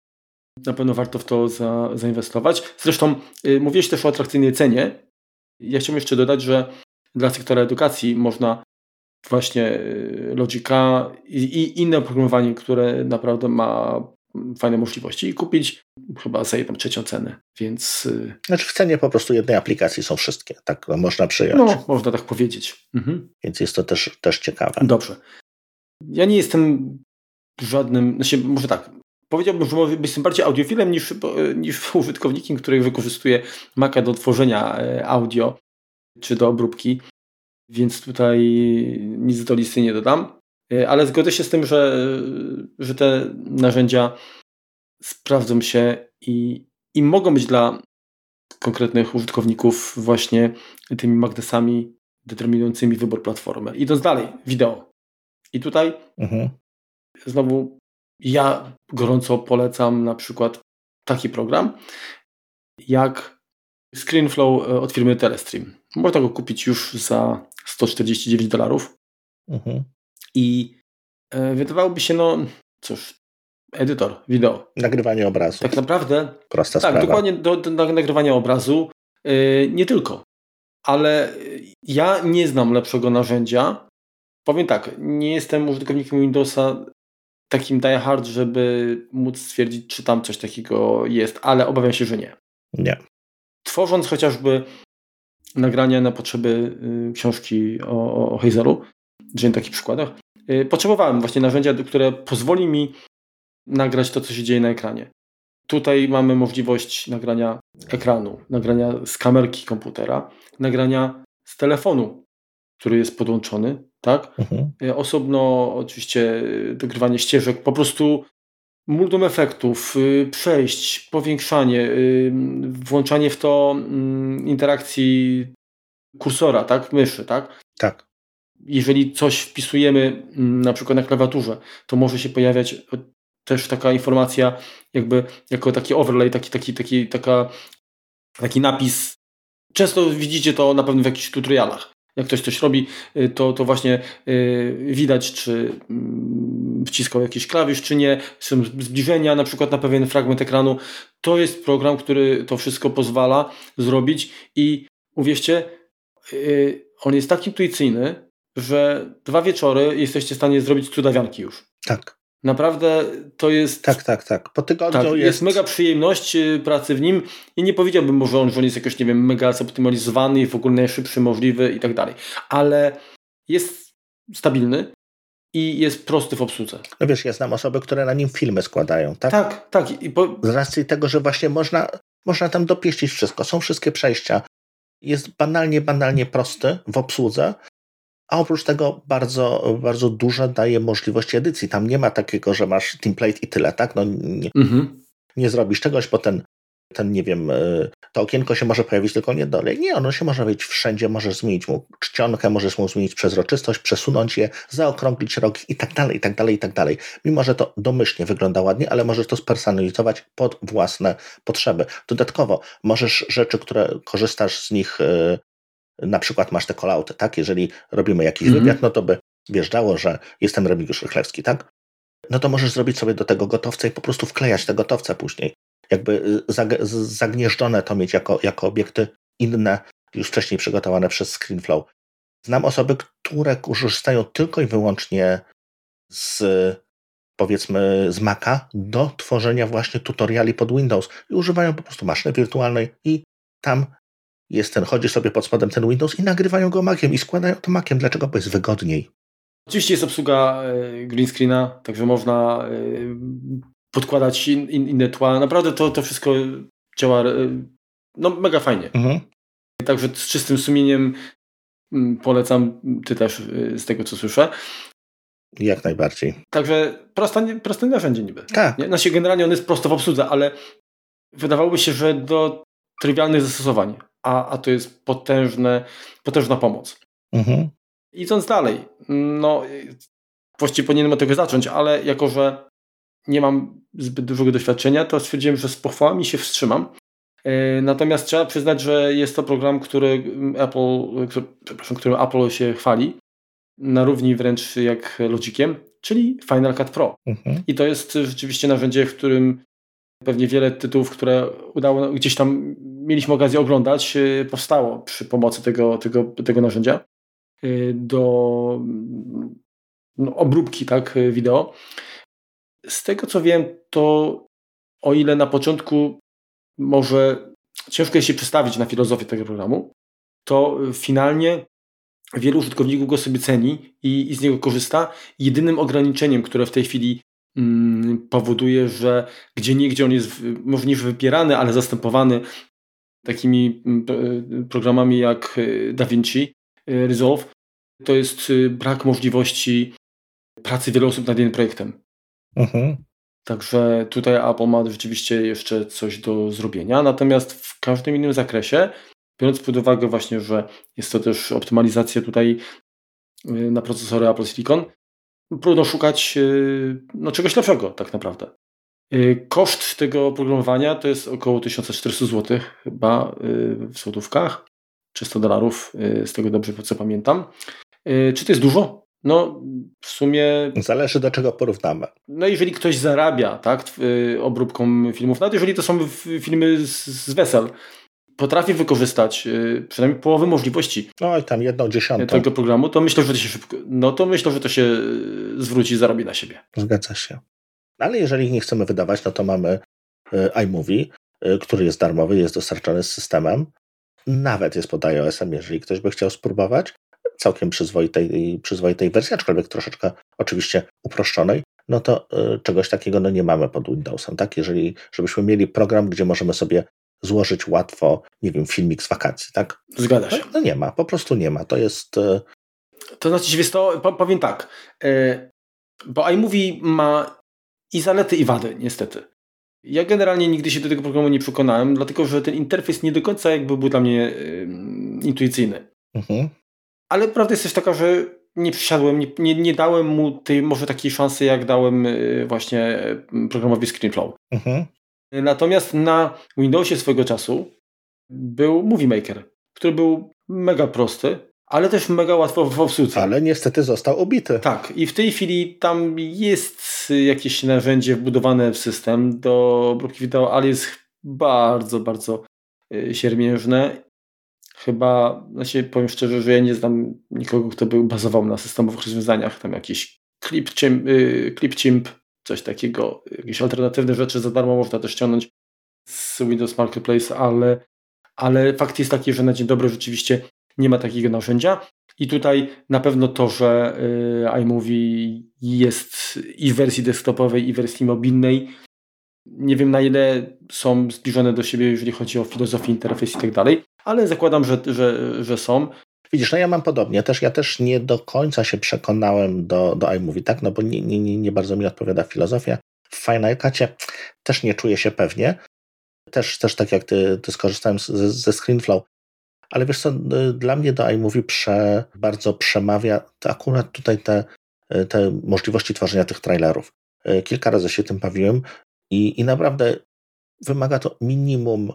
Na pewno warto w to za, zainwestować. Zresztą y, mówiłeś też o atrakcyjnej cenie. Ja chciałbym jeszcze dodać, że dla sektora edukacji można właśnie y, Logica i, i inne oprogramowanie, które naprawdę ma fajne możliwości i kupić chyba za jedną trzecią cenę. Więc, y, znaczy w cenie po prostu jednej aplikacji są wszystkie. Tak można przyjąć. No, można tak powiedzieć. Mhm. Więc jest to też, też ciekawe. Dobrze. Ja nie jestem żadnym, znaczy może tak, powiedziałbym, że może jestem bardziej audiofilem niż, niż użytkownikiem, który wykorzystuje Maca do tworzenia audio czy do obróbki, więc tutaj nic do listy nie dodam. Ale zgodzę się z tym, że, że te narzędzia sprawdzą się i, i mogą być dla konkretnych użytkowników właśnie tymi magnesami determinującymi wybór platformy. Idąc dalej, wideo. I tutaj mhm. znowu ja gorąco polecam na przykład taki program jak ScreenFlow od firmy Telestream. Można go kupić już za sto czterdzieści dziewięć dolarów. Mhm. I e, wydawałoby się, no cóż, edytor wideo. Nagrywanie obrazu. Tak naprawdę. Prosta tak, sprawa. dokładnie do, do nagrywania obrazu. E, nie tylko. Ale ja nie znam lepszego narzędzia. Powiem tak, nie jestem użytkownikiem Windowsa takim die hard, żeby móc stwierdzić, czy tam coś takiego jest, ale obawiam się, że nie. Nie. Tworząc chociażby nagrania na potrzeby y, książki o, o Hazelu, że na takich przykładach, y, potrzebowałem właśnie narzędzia, które pozwoli mi nagrać to, co się dzieje na ekranie. Tutaj mamy możliwość nagrania ekranu, nagrania z kamerki komputera, nagrania z telefonu, który jest podłączony, tak? Mhm. Osobno oczywiście dogrywanie ścieżek, po prostu multum efektów, przejść, powiększanie, włączanie w to interakcji kursora, tak? Myszy, tak? Tak. Jeżeli coś wpisujemy na przykład na klawiaturze, to może się pojawiać też taka informacja jakby jako taki overlay, taki, taki, taki, taka, taki napis. Często widzicie to na pewno w jakichś tutorialach. Jak ktoś coś robi, to, to właśnie widać, czy wciskał jakiś klawisz, czy nie. Są zbliżenia na przykład na pewien fragment ekranu. To jest program, który to wszystko pozwala zrobić i uwierzcie, on jest tak intuicyjny, że dwa wieczory jesteście w stanie zrobić cudawianki już. Tak. Naprawdę to jest... Tak, tak, tak. Po tygodniu tak, jest... jest mega przyjemność pracy w nim i nie powiedziałbym może on, że on jest jakoś, nie wiem, mega zoptymalizowany i w ogóle najszybszy możliwy i tak dalej. Ale jest stabilny i jest prosty w obsłudze. No wiesz, ja znam osoby, które na nim filmy składają, tak? Tak, tak. I po... Z racji tego, że właśnie można, można tam dopieścić wszystko. Są wszystkie przejścia. Jest banalnie, banalnie prosty w obsłudze, a oprócz tego bardzo, bardzo duże daje możliwości edycji. Tam nie ma takiego, że masz template i tyle, tak? No nie, mhm. nie zrobisz czegoś, bo ten, ten, nie wiem, to okienko się może pojawić tylko nie dole. Nie, ono się może pojawić wszędzie, możesz zmienić mu czcionkę, możesz mu zmienić przezroczystość, przesunąć je, zaokrąglić rogi i tak dalej, i tak dalej, i tak dalej. Mimo, że to domyślnie wygląda ładnie, ale możesz to spersonalizować pod własne potrzeby. Dodatkowo możesz rzeczy, które korzystasz z nich, na przykład masz te callouty, tak? Jeżeli robimy jakiś mm-hmm. wywiad, no to by wjeżdżało, że jestem Remigiusz Rychlewski, tak? No to możesz zrobić sobie do tego gotowca i po prostu wklejać te gotowce później. Jakby zag- zagnieżdżone to mieć jako, jako obiekty inne, już wcześniej przygotowane przez ScreenFlow. Znam osoby, które korzystają tylko i wyłącznie z, powiedzmy, z Maca do tworzenia właśnie tutoriali pod Windows i używają po prostu maszyny wirtualnej i tam jest ten, chodzi sobie pod spodem ten Windows i nagrywają go Maciem i składają to Maciem. Dlaczego? Bo jest wygodniej. Oczywiście jest obsługa green screena, także można podkładać in, in, inne tła. Naprawdę to, to wszystko działa no, mega fajnie. Mhm. Także z czystym sumieniem polecam, ty też z tego co słyszę. Jak najbardziej. Także proste, proste narzędzie niby. Tak. Nie? Znaczy generalnie on jest prosto w obsłudze, ale wydawałoby się, że do trywialnych zastosowań, a, a to jest potężne, potężna pomoc. Mhm. Idąc dalej, no właściwie powinienem od tego zacząć, ale jako, że nie mam zbyt dużego doświadczenia, to stwierdziłem, że z pochwałami się wstrzymam. Natomiast trzeba przyznać, że jest to program, który Apple, który, przepraszam, którym Apple się chwali, na równi wręcz jak Logiciem, czyli Final Cut Pro. Mhm. I to jest rzeczywiście narzędzie, w którym pewnie wiele tytułów, które udało, gdzieś tam mieliśmy okazję oglądać, powstało przy pomocy tego, tego, tego narzędzia do no, obróbki tak, wideo. Z tego co wiem, to o ile na początku może ciężko jest się przestawić na filozofię tego programu, to finalnie wielu użytkowników go sobie ceni i, i z niego korzysta. Jedynym ograniczeniem, które w tej chwili mm, powoduje, że gdzie niegdzie on jest może nie wypierany, ale zastępowany takimi programami jak DaVinci Resolve, to jest brak możliwości pracy wielu osób nad jednym projektem. Mhm. Także tutaj Apple ma rzeczywiście jeszcze coś do zrobienia. Natomiast w każdym innym zakresie, biorąc pod uwagę właśnie, że jest to też optymalizacja tutaj na procesory Apple Silicon, próbowano szukać no, czegoś lepszego tak naprawdę. Koszt tego oprogramowania to jest około tysiąc czterysta złotych chyba w złotówkach, trzysta dolarów z tego dobrze co pamiętam. Czy to jest dużo? No w sumie... Zależy do czego porównamy. No jeżeli ktoś zarabia tak, obróbką filmów, nawet jeżeli to są filmy z, z wesel, potrafi wykorzystać przynajmniej połowę możliwości no i tam jedną dziesiątą tego programu, to myślę, że to się szybko, no to myślę, że to się zwróci i zarobi na siebie. Zgadza się. Ale jeżeli nie chcemy wydawać, no to mamy iMovie, który jest darmowy, jest dostarczony z systemem. Nawet jest pod iOS-em, jeżeli ktoś by chciał spróbować. Całkiem przyzwoitej, przyzwoitej wersji, aczkolwiek troszeczkę oczywiście uproszczonej, no to y, czegoś takiego no nie mamy pod Windowsem, tak? Jeżeli, żebyśmy mieli program, gdzie możemy sobie złożyć łatwo, nie wiem, filmik z wakacji, tak? Zgadza się. No, no nie ma, po prostu nie ma. To jest... Y... To znaczy, wiesz to, powiem tak, y, bo iMovie ma i zalety, i wady, niestety. Ja generalnie nigdy się do tego programu nie przekonałem, dlatego, że ten interfejs nie do końca jakby był dla mnie y, intuicyjny. Mhm. Ale prawda jest też taka, że nie przysiadłem, nie, nie, nie dałem mu tej może takiej szansy, jak dałem właśnie programowi ScreenFlow. Mhm. Natomiast na Windowsie swego czasu był Movie Maker, który był mega prosty, ale też mega łatwo w obsłudze. Ale niestety został obity. Tak, i w tej chwili tam jest jakieś narzędzie wbudowane w system do obróbki wideo, ale jest bardzo, bardzo siermiężne. Chyba, znaczy powiem szczerze, że ja nie znam nikogo, kto by bazował na systemowych rozwiązaniach, tam jakiś ClipChimp, ClipChimp coś takiego, jakieś alternatywne rzeczy za darmo można też ściągnąć z Windows Marketplace, ale, ale fakt jest taki, że na dzień dobry rzeczywiście nie ma takiego narzędzia i tutaj na pewno to, że y, iMovie jest i w wersji desktopowej, i w wersji mobilnej, nie wiem na ile są zbliżone do siebie, jeżeli chodzi o filozofię, interfejs i tak dalej, ale zakładam, że, że, że są. Widzisz, no ja mam podobnie. Też, ja też nie do końca się przekonałem do, do iMovie, tak? No bo nie, nie, nie bardzo mi odpowiada filozofia. W Final Cutie też nie czuję się pewnie. Też, też tak jak ty, ty skorzystałem z, ze ScreenFlow. Ale wiesz co, dla mnie do iMovie prze, bardzo przemawia to akurat tutaj te, te możliwości tworzenia tych trailerów. Kilka razy się tym bawiłem i, i naprawdę wymaga to minimum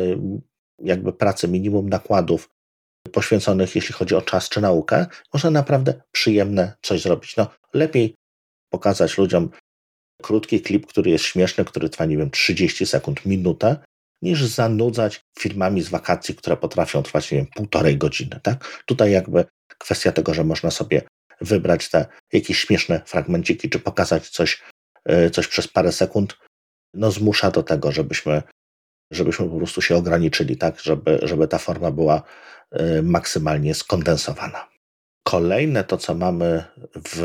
jakby pracy, minimum nakładów poświęconych, jeśli chodzi o czas czy naukę. Można naprawdę przyjemne coś zrobić. No, lepiej pokazać ludziom krótki klip, który jest śmieszny, który trwa, nie wiem, trzydzieści sekund, minutę, niż zanudzać filmami z wakacji, które potrafią trwać, nie wiem, półtorej godziny. Tak? Tutaj jakby kwestia tego, że można sobie wybrać te jakieś śmieszne fragmenciki, czy pokazać coś, coś przez parę sekund, no zmusza do tego, żebyśmy, żebyśmy po prostu się ograniczyli, tak, żeby, żeby ta forma była maksymalnie skondensowana. Kolejne to, co mamy w,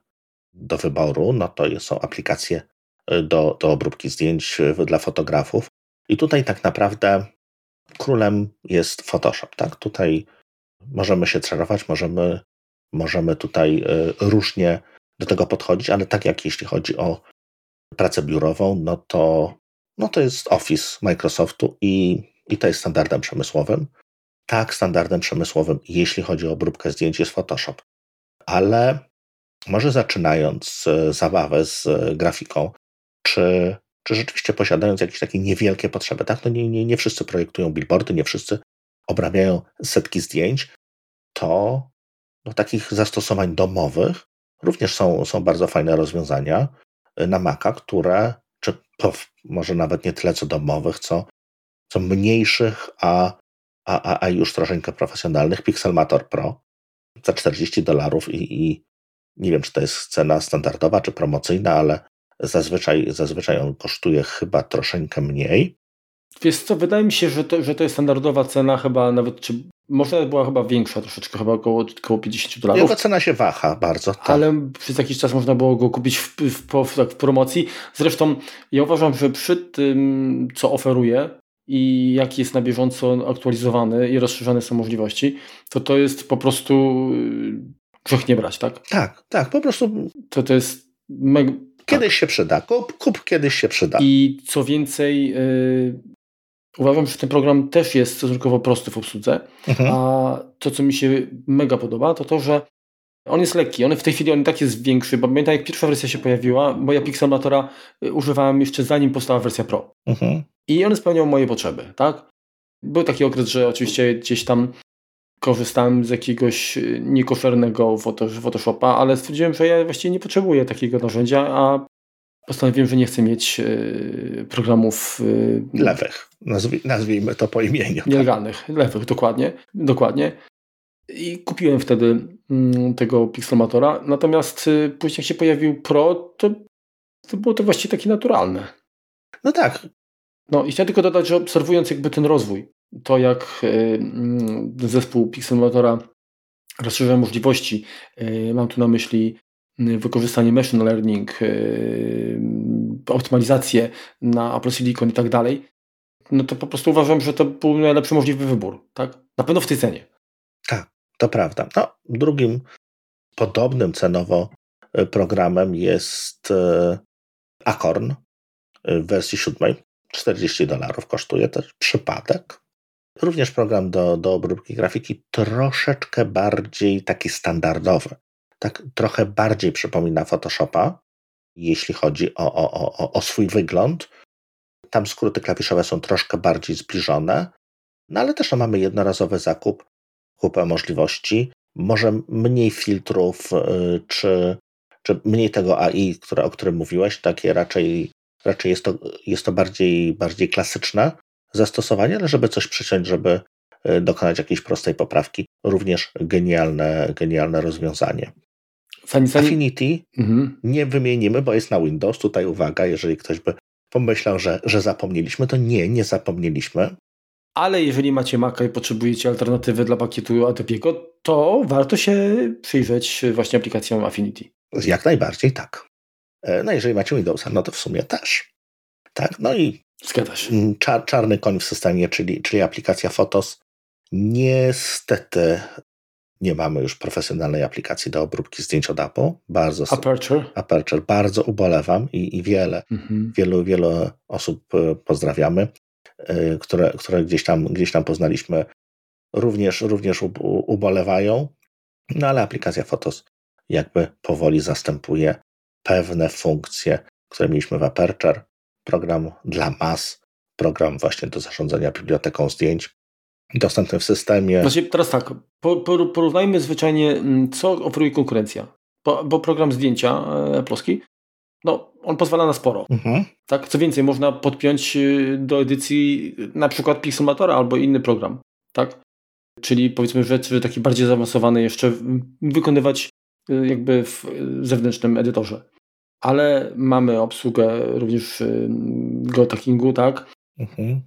do wyboru, no to są aplikacje do, do obróbki zdjęć dla fotografów. I tutaj tak naprawdę królem jest Photoshop. Tak? Tutaj możemy się czarować, możemy, możemy tutaj różnie do tego podchodzić, ale tak jak jeśli chodzi o pracę biurową, no to, no to jest Office Microsoftu i, i to jest standardem przemysłowym. Tak, standardem przemysłowym, jeśli chodzi o obróbkę zdjęć, jest Photoshop. Ale może zaczynając zabawę z grafiką, czy, czy rzeczywiście posiadając jakieś takie niewielkie potrzeby, tak? No nie, nie, nie wszyscy projektują billboardy, nie wszyscy obrabiają setki zdjęć, to do takich zastosowań domowych również są, są bardzo fajne rozwiązania na Maca, które, czy to może nawet nie tyle co domowych, co, co mniejszych, a A, a, a już troszeczkę profesjonalnych, Pixelmator Pro za czterdzieści dolarów i, i nie wiem, czy to jest cena standardowa, czy promocyjna, ale zazwyczaj, zazwyczaj on kosztuje chyba troszeczkę mniej. Wiesz co, wydaje mi się, że to, że to jest standardowa cena chyba nawet, czy może była chyba większa troszeczkę, chyba około, około pięćdziesiąt dolarów. Jego cena się waha bardzo. Tak. Ale przez jakiś czas można było go kupić w, w, w, w promocji. Zresztą ja uważam, że przy tym, co oferuje, i jaki jest na bieżąco aktualizowany i rozszerzane są możliwości, to to jest po prostu grzech nie brać, tak? Tak, tak, po prostu to, to jest mega... Kiedyś tak. się przyda, kup, kup kiedyś się przyda. I co więcej, yy, uważam, że ten program też jest stosunkowo prosty w obsłudze, mhm. a to, co mi się mega podoba, to to, że on jest lekki, on w tej chwili on tak jest większy, bo pamiętam jak pierwsza wersja się pojawiła, bo ja Pixelmatora używałem jeszcze zanim powstała wersja Pro. Mhm. I on spełniał moje potrzeby, tak? Był taki okres, że oczywiście gdzieś tam korzystałem z jakiegoś niekoszernego Photoshopa, ale stwierdziłem, że ja właściwie nie potrzebuję takiego narzędzia, a postanowiłem, że nie chcę mieć yy, programów yy, lewych, Nazwij, nazwijmy to po imieniu. Nielegalnych, tak. lewych, dokładnie, dokładnie. I kupiłem wtedy yy, tego Pixelmatora, natomiast yy, później jak się pojawił Pro, to, to było to właściwie takie naturalne. No tak. No i chciałem tylko dodać, że obserwując jakby ten rozwój, to jak yy, zespół Pixelmatora rozszerza możliwości, yy, mam tu na myśli wykorzystanie machine learning, yy, optymalizację na Apple Silicon i tak dalej, no to po prostu uważam, że to był najlepszy możliwy wybór, tak? Na pewno w tej cenie. Tak, to prawda. No, drugim podobnym cenowo programem jest Acorn w wersji siódmej. czterdzieści dolarów kosztuje też przypadek. Również program do, do obróbki grafiki troszeczkę bardziej taki standardowy. Tak trochę bardziej przypomina Photoshopa, jeśli chodzi o, o, o, o swój wygląd. Tam skróty klawiszowe są troszkę bardziej zbliżone, no ale też no, mamy jednorazowy zakup, kupę możliwości, może mniej filtrów, yy, czy, czy mniej tego A I, które, o którym mówiłeś, takie raczej, raczej jest to, jest to bardziej, bardziej klasyczne zastosowanie, ale żeby coś przyciąć, żeby dokonać jakiejś prostej poprawki, również genialne, genialne rozwiązanie. Affinity mhm. nie wymienimy, bo jest na Windows. Tutaj uwaga, jeżeli ktoś by pomyślał, że, że zapomnieliśmy, to nie, nie zapomnieliśmy. Ale jeżeli macie Maca i potrzebujecie alternatywy dla pakietu Adobe'ego, to warto się przyjrzeć właśnie aplikacjom Affinity. Jak najbardziej tak. No jeżeli macie Windowsa, no to w sumie też. Tak, no i Zgadza się. Czar, czarny koń w systemie, czyli, czyli aplikacja Photos. Niestety nie mamy już profesjonalnej aplikacji do obróbki zdjęć od Apple. Bardzo, Aperture. Aperture. Bardzo ubolewam i, i wiele, mhm. wielu, wielu osób pozdrawiamy, które, które gdzieś tam, gdzieś tam poznaliśmy, również, również ubolewają. No ale aplikacja Photos jakby powoli zastępuje pewne funkcje, które mieliśmy w Aperture. Program dla mas, program właśnie do zarządzania biblioteką zdjęć, dostępny w systemie. Znaczy, teraz tak, porównajmy zwyczajnie, co oferuje konkurencja. Bo, bo program zdjęcia Apple'owski, no on pozwala na sporo. Mhm. Tak? Co więcej, można podpiąć do edycji na przykład Pixelmatora albo inny program. Tak? Czyli powiedzmy rzeczy takie bardziej zaawansowane jeszcze wykonywać jakby w zewnętrznym edytorze. Ale mamy obsługę również geotaggingu, tak? Mhm.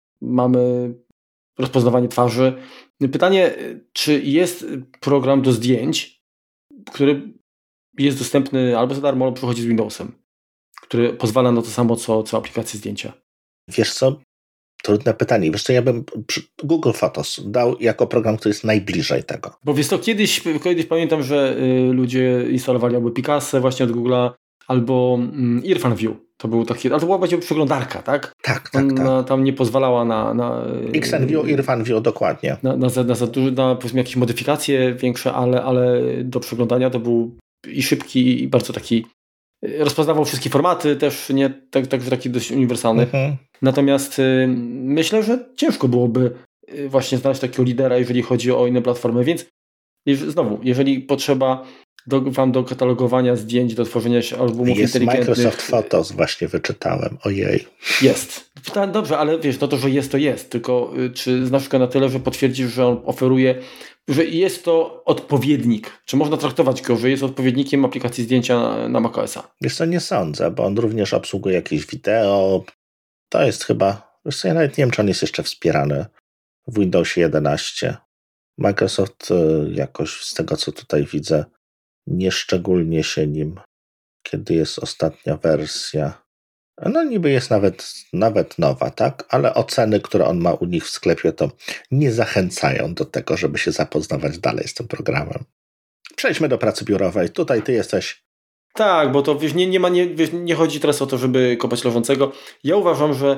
Mamy rozpoznawanie twarzy. Pytanie, czy jest program do zdjęć, który jest dostępny albo za darmo, albo przychodzi z Windowsem, który pozwala na to samo, co, co aplikacje zdjęcia? Wiesz co? Trudne pytanie. Wiesz co, ja bym Google Photos dał jako program, który jest najbliżej tego. Bo wiesz co, kiedyś, kiedyś pamiętam, że y, ludzie instalowali albo Picasso właśnie od Google'a, albo y, Irfan View. To był taki, ale to była właśnie przeglądarka, tak? Tak, tak, Ona tak. tam nie pozwalała na... na XenView, Irfan View, dokładnie. Na, na, na za duże, na powiedzmy jakieś modyfikacje większe, ale, ale do przeglądania to był i szybki, i bardzo taki... Rozpoznawał wszystkie formaty, też nie tak, tak taki dość uniwersalny. Mhm. Natomiast y, myślę, że ciężko byłoby y, właśnie znaleźć takiego lidera, jeżeli chodzi o inne platformy, więc jeż, znowu, jeżeli potrzeba do, wam do katalogowania zdjęć, do tworzenia albumów jest inteligentnych... Jest Microsoft Photos, właśnie wyczytałem, ojej. Jest. Dobrze, ale wiesz, no to, że jest, to jest, tylko y, czy znasz go na tyle, że potwierdzisz, że on oferuje, że jest to odpowiednik, czy można traktować go, że jest odpowiednikiem aplikacji zdjęcia na, na macOSa? Wiesz co, nie sądzę, bo on również obsługuje jakieś wideo. To jest chyba, wiesz co, ja nawet nie wiem, czy on jest jeszcze wspierany w Windowsie jedenaście. Microsoft jakoś z tego, co tutaj widzę, nieszczególnie się nim, kiedy jest ostatnia wersja. No niby jest nawet, nawet nowa, tak? Ale oceny, które on ma u nich w sklepie, to nie zachęcają do tego, żeby się zapoznawać dalej z tym programem. Przejdźmy do pracy biurowej. Tutaj ty jesteś... Tak, bo to wiesz, nie, nie, ma, nie, wiesz, nie chodzi teraz o to, żeby kopać leżącego. Ja uważam, że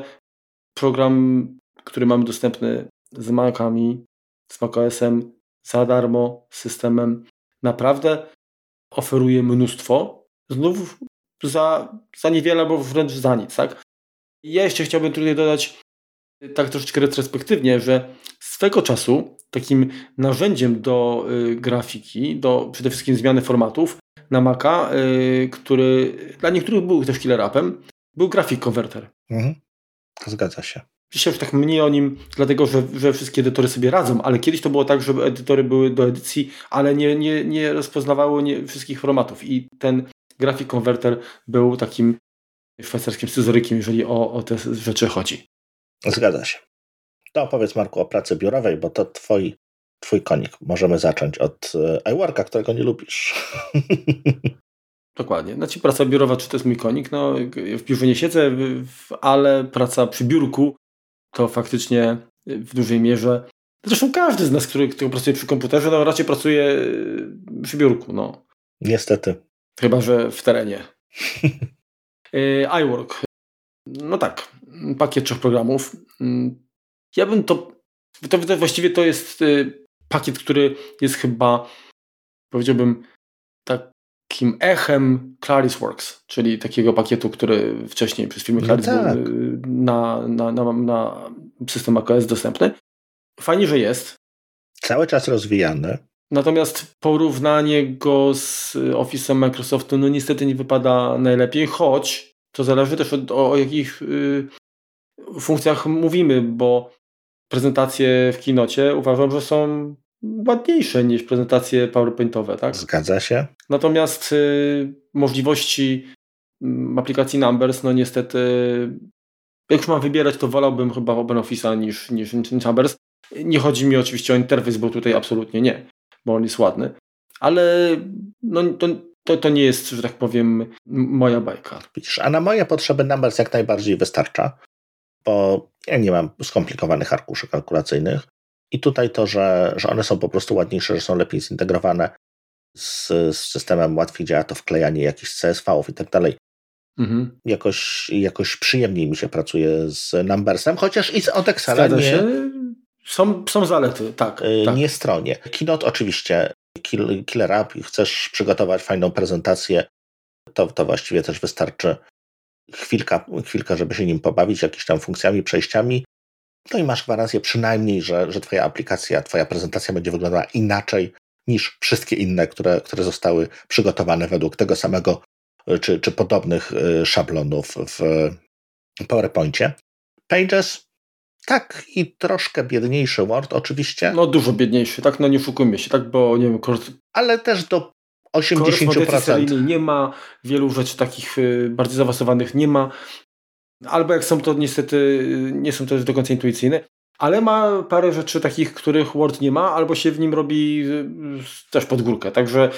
program, który mamy dostępny z Macami, z macOSem, za darmo, z systemem, naprawdę oferuje mnóstwo. Znów za, za niewiele, albo wręcz za nic, tak? Ja jeszcze chciałbym tutaj dodać tak troszeczkę retrospektywnie, że swego czasu takim narzędziem do y, grafiki, do przede wszystkim zmiany formatów na Maca, y, który dla niektórych był też killer appem, był Graphic Converter. Mhm. Zgadza się. Dzisiaj już tak mniej o nim, dlatego że, że wszystkie edytory sobie radzą, ale kiedyś to było tak, że edytory były do edycji, ale nie, nie, nie rozpoznawały nie wszystkich formatów i ten Graphic Converter był takim szwajcarskim scyzorykiem, jeżeli o, o te rzeczy chodzi. Zgadza się. To opowiedz, Marku, o pracy biurowej, bo to twoi, twój konik. Możemy zacząć od iWorka, którego nie lubisz. Dokładnie. Znaczy praca biurowa, czy to jest mój konik? No, w biurze nie siedzę, ale praca przy biurku to faktycznie w dużej mierze. Zresztą każdy z nas, który, który pracuje przy komputerze, no raczej pracuje przy biurku. No. Niestety. Chyba że w terenie. iWork. No tak. Pakiet trzech programów. Ja bym to, to, to... Właściwie to jest pakiet, który jest chyba, powiedziałbym, takim echem ClarisWorks, czyli takiego pakietu, który wcześniej przez firmę Claris no tak. był na, na, na, na system macOS dostępny. Fajnie, że jest. Cały czas rozwijany. Natomiast porównanie go z Office'em Microsoftu no niestety nie wypada najlepiej, choć to zależy też od, o, o jakich y, funkcjach mówimy, bo prezentacje w Keynocie uważam, że są ładniejsze niż prezentacje PowerPointowe, tak? Zgadza się. Natomiast y, możliwości y, aplikacji Numbers, no niestety, jak już mam wybierać, to wolałbym chyba OpenOffice'a niż, niż, niż Numbers. Nie chodzi mi oczywiście o interfejs, bo tutaj absolutnie nie, bo on jest ładny. Ale no, to, to, to nie jest, że tak powiem, moja bajka. Widzisz, a na moje potrzeby Numbers jak najbardziej wystarcza, bo ja nie mam skomplikowanych arkuszy kalkulacyjnych i tutaj to, że, że one są po prostu ładniejsze, że są lepiej zintegrowane z, z systemem, łatwiej działa to wklejanie jakichś C S V-ów i tak dalej. Mhm. Jakoś, jakoś przyjemniej mi się pracuje z Numbersem, chociaż i z od Excela nie... Się. Są, są zalety, tak, yy, tak. Nie stronie. Keynote oczywiście, kill, killer app i chcesz przygotować fajną prezentację, to, to właściwie też wystarczy chwilka, chwilka, żeby się nim pobawić, jakimiś tam funkcjami, przejściami. No i masz gwarancję przynajmniej, że, że twoja aplikacja, twoja prezentacja będzie wyglądała inaczej niż wszystkie inne, które, które zostały przygotowane według tego samego czy, czy podobnych szablonów w PowerPoincie. Pages, tak, i troszkę biedniejszy Word oczywiście. No dużo biedniejszy, tak, no nie oszukujmy się, tak, bo nie wiem, ale też do osiemdziesiąt procent. Nie ma wielu rzeczy takich bardziej zaawansowanych, nie ma. Albo jak są, to niestety nie są to do końca intuicyjne, ale ma parę rzeczy takich, których Word nie ma, albo się w nim robi też pod górkę, także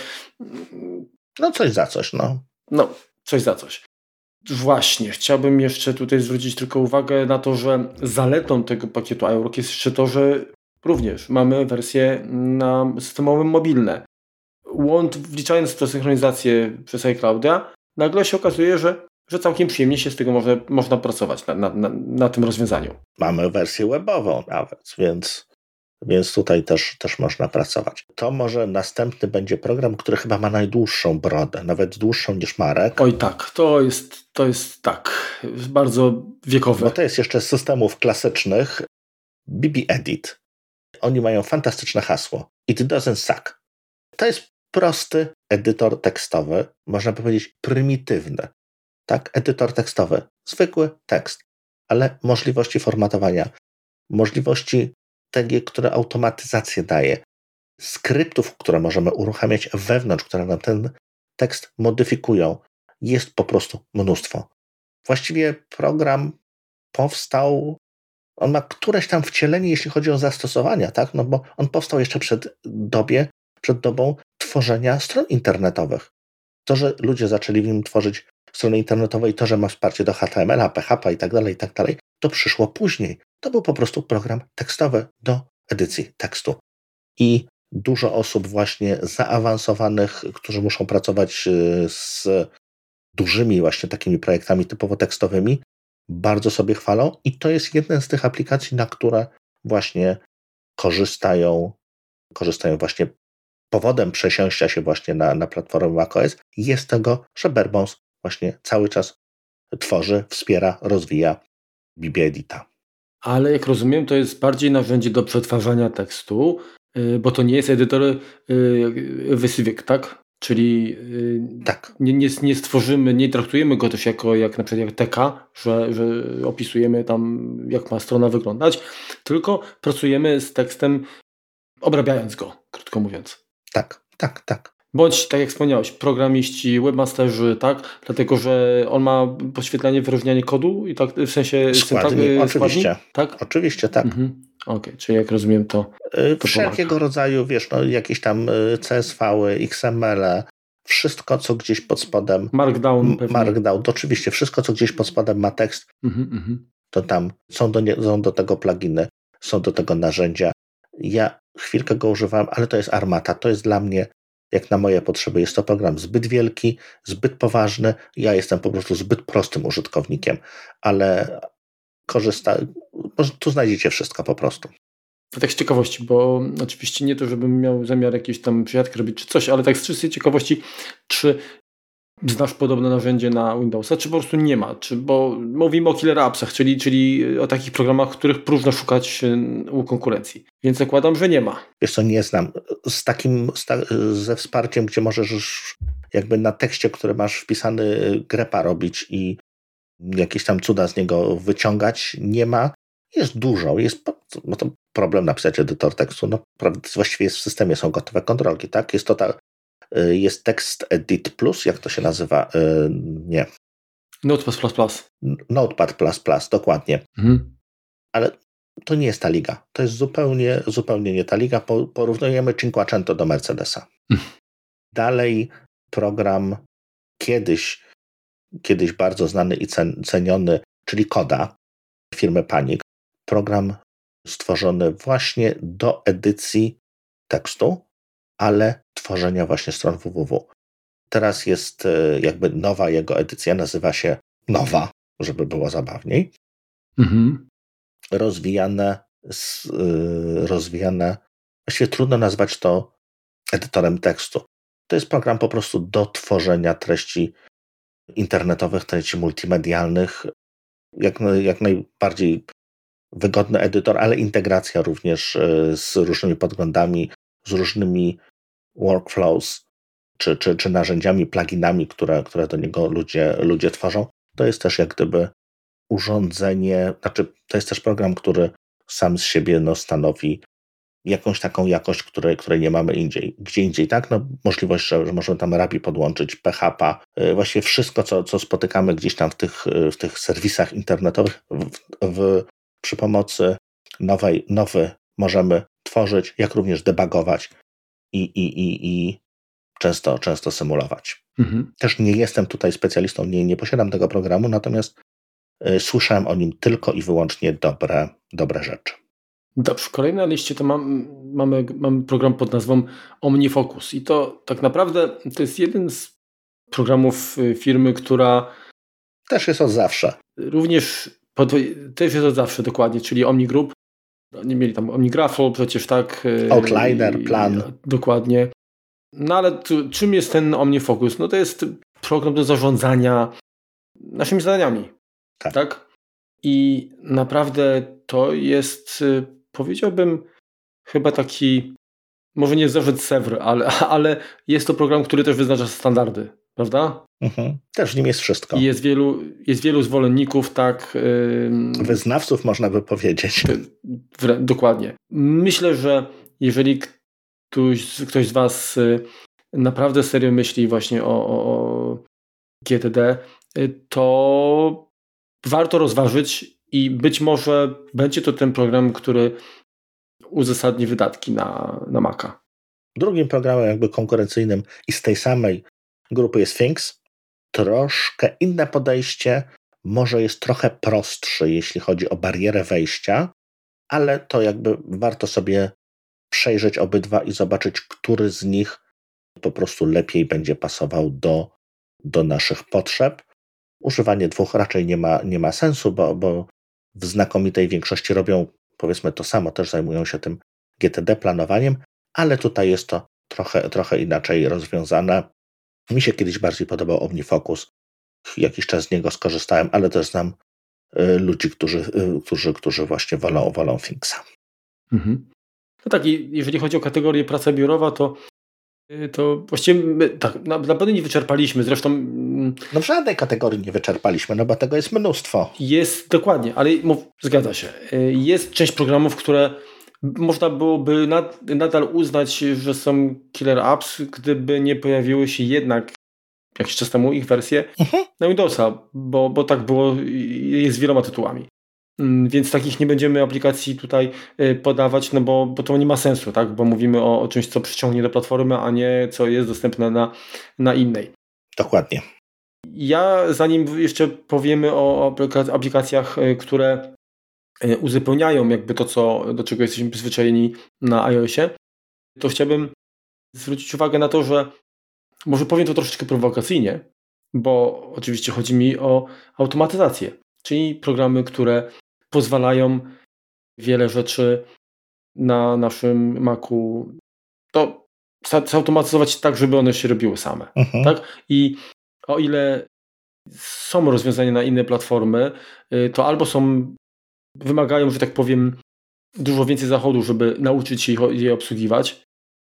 no coś za coś, no. No, coś za coś. Właśnie, chciałbym jeszcze tutaj zwrócić tylko uwagę na to, że zaletą tego pakietu iWork jest jeszcze to, że również mamy wersje na systemowym mobilne. Łącz, wliczając to synchronizację przez iClouda, nagle się okazuje, że, że całkiem przyjemnie się z tego można, można pracować na, na, na, na tym rozwiązaniu. Mamy wersję webową nawet, więc, więc tutaj też, też można pracować. To może następny będzie program, który chyba ma najdłuższą brodę, nawet dłuższą niż Marek. Oj tak, to jest, to jest tak, bardzo wiekowe. Bo to jest jeszcze z systemów klasycznych B B Edit. Oni mają fantastyczne hasło. It doesn't suck. To jest prosty edytor tekstowy, można powiedzieć prymitywny. Tak, edytor tekstowy, zwykły tekst, ale możliwości formatowania, możliwości takie, które automatyzację daje, skryptów, które możemy uruchamiać wewnątrz, które nam ten tekst modyfikują, jest po prostu mnóstwo. Właściwie program powstał, on ma któreś tam wcielenie, jeśli chodzi o zastosowania, tak? No bo on powstał jeszcze przed dobie, przed dobą tworzenia stron internetowych. To, że ludzie zaczęli w nim tworzyć strony internetowe i to, że ma wsparcie do H T M L a, P H P i tak dalej, i tak dalej, to przyszło później. To był po prostu program tekstowy do edycji tekstu. I dużo osób właśnie zaawansowanych, którzy muszą pracować z dużymi właśnie takimi projektami typowo tekstowymi, bardzo sobie chwalą i to jest jedna z tych aplikacji, na które właśnie korzystają, korzystają właśnie powodem przesiąścia się właśnie na, na platformę macOS jest tego, że Barebones właśnie cały czas tworzy, wspiera, rozwija B B Edita. Ale jak rozumiem, to jest bardziej narzędzie do przetwarzania tekstu, bo to nie jest edytor wysyłek, tak? Czyli tak. Nie, nie, nie stworzymy, nie traktujemy go też jako jak na przykład jak T K, że, że opisujemy tam, jak ma strona wyglądać, tylko pracujemy z tekstem, obrabiając go, krótko mówiąc. Tak, tak, tak. Bądź, tak jak wspomniałeś, programiści, webmasterzy, tak? Dlatego, że on ma podświetlanie, wyróżnianie kodu i tak w sensie składni, syntak- oczywiście. Składni? Tak? Oczywiście, tak. Mhm. Okej, okay, czyli jak rozumiem to, to wszelkiego pomaga. Rodzaju, wiesz, no jakieś tam C S V-y, X M L, wszystko, co gdzieś pod spodem. Markdown pewnie. Markdown, to oczywiście wszystko, co gdzieś pod spodem ma tekst, mm-hmm. to tam są do, nie, są do tego pluginy, są do tego narzędzia. Ja chwilkę go używam, ale to jest armata. To jest dla mnie, jak na moje potrzeby, jest to program zbyt wielki, zbyt poważny. Ja jestem po prostu zbyt prostym użytkownikiem, ale korzysta, tu znajdziecie wszystko po prostu. To tak z ciekawości, bo oczywiście nie to, żebym miał zamiar jakieś tam przyjadki robić czy coś, ale tak z czystej ciekawości, czy znasz podobne narzędzie na Windowsa, czy po prostu nie ma? Czy, bo mówimy o killer appsach, czyli, czyli o takich programach, których próżno szukać u konkurencji. Więc zakładam, że nie ma. Wiesz co, nie znam. Z takim, z ta, ze wsparciem, gdzie możesz jakby na tekście, który masz wpisany, grepa robić i jakieś tam cuda z niego wyciągać, nie ma. Jest dużo, jest no to problem napisać edytor tekstu, no właściwie jest w systemie, są gotowe kontrolki, tak? Jest to ta, jest Text Edit Plus, jak to się nazywa? Nie. Notepad plus plus. Notepad plus plus, dokładnie. Mhm. Ale to nie jest ta liga. To jest zupełnie, zupełnie nie ta liga. Porównujemy Cinquecento do Mercedesa. Dalej program kiedyś, kiedyś bardzo znany i ceniony, czyli Coda firmy Panic. Program stworzony właśnie do edycji tekstu, ale tworzenia właśnie stron www. Teraz jest jakby nowa jego edycja, nazywa się Nowa, żeby było zabawniej. Mhm. Rozwijane, rozwijane, właściwie trudno nazwać to edytorem tekstu. To jest program po prostu do tworzenia treści internetowych, treści multimedialnych, jak, jak najbardziej wygodny edytor, ale integracja również z różnymi podglądami, z różnymi workflows, czy, czy, czy narzędziami, pluginami, które, które do niego ludzie, ludzie tworzą. To jest też jak gdyby urządzenie, znaczy to jest też program, który sam z siebie no, stanowi jakąś taką jakość, której, której nie mamy indziej. Gdzie indziej, tak? No, możliwość, że, że możemy tam Ruby podłączyć, P H P, właściwie wszystko, co, co spotykamy gdzieś tam w tych, w tych serwisach internetowych, w, w, przy pomocy nowej, nowy możemy tworzyć, jak również debugować i, i, i, i często, często symulować. Mhm. Też nie jestem tutaj specjalistą, nie, nie posiadam tego programu, natomiast y, słyszałem o nim tylko i wyłącznie dobre, dobre rzeczy. Dobrze, w kolejnej liście to mam, mamy, mamy program pod nazwą OmniFocus i to tak naprawdę to jest jeden z programów firmy, która też jest od zawsze. Również pod, też jest od zawsze dokładnie, czyli Omni Group. Nie mieli tam OmniGraffle przecież, tak? Outliner, Plan. Dokładnie. No ale tu, czym jest ten OmniFocus? No to jest program do zarządzania naszymi zadaniami. Tak. tak? I naprawdę to jest, powiedziałbym, chyba taki, może nie zarząd Sewr, ale, ale jest to program, który też wyznacza standardy, prawda? Mhm. Też w nim jest wszystko. I jest wielu, jest wielu zwolenników, tak. Yy, Wyznawców można by powiedzieć. W, dokładnie. Myślę, że jeżeli ktoś, ktoś z Was naprawdę serio myśli właśnie o, o, o G T D, to warto rozważyć i być może będzie to ten program, który uzasadni wydatki na, na Maca. Drugim programem jakby konkurencyjnym i z tej samej grupy jest Things. Troszkę inne podejście, może jest trochę prostszy, jeśli chodzi o barierę wejścia, ale to jakby warto sobie przejrzeć obydwa i zobaczyć, który z nich po prostu lepiej będzie pasował do, do naszych potrzeb. Używanie dwóch raczej nie ma, nie ma sensu, bo, bo w znakomitej większości robią powiedzmy to samo, też zajmują się tym G T D planowaniem, ale tutaj jest to trochę, trochę inaczej rozwiązane. Mi się kiedyś bardziej podobał OmniFocus. Jakiś czas z niego skorzystałem, ale też znam y, ludzi, którzy, y, którzy, którzy właśnie wolą, wolą Thingsa. Mhm. No tak, i jeżeli chodzi o kategorię praca biurowa, to, to właściwie my, tak, na, na pewno nie wyczerpaliśmy. Zresztą. No w żadnej kategorii nie wyczerpaliśmy, no bo tego jest mnóstwo. Jest, dokładnie, ale mów, zgadza się. Jest część programów, które można byłoby nad, nadal uznać, że są killer apps, gdyby nie pojawiły się jednak jakiś czas temu ich wersje uh-huh. na Windowsa, bo, bo tak było, jest z wieloma tytułami. Więc takich nie będziemy aplikacji tutaj podawać, no bo, bo to nie ma sensu, tak? Bo mówimy o, o czymś, co przyciągnie do platformy, a nie co jest dostępne na, na innej. Dokładnie. Ja zanim jeszcze powiemy o aplikacjach, które uzupełniają jakby to, co, do czego jesteśmy przyzwyczajeni na iOSie, to chciałbym zwrócić uwagę na to, że może powiem to troszeczkę prowokacyjnie, bo oczywiście chodzi mi o automatyzację, czyli programy, które pozwalają wiele rzeczy na naszym Macu to zautomatyzować tak, żeby one się robiły same. Uh-huh. Tak? I o ile są rozwiązania na inne platformy, to albo są wymagają, że tak powiem, dużo więcej zachodu, żeby nauczyć się je obsługiwać,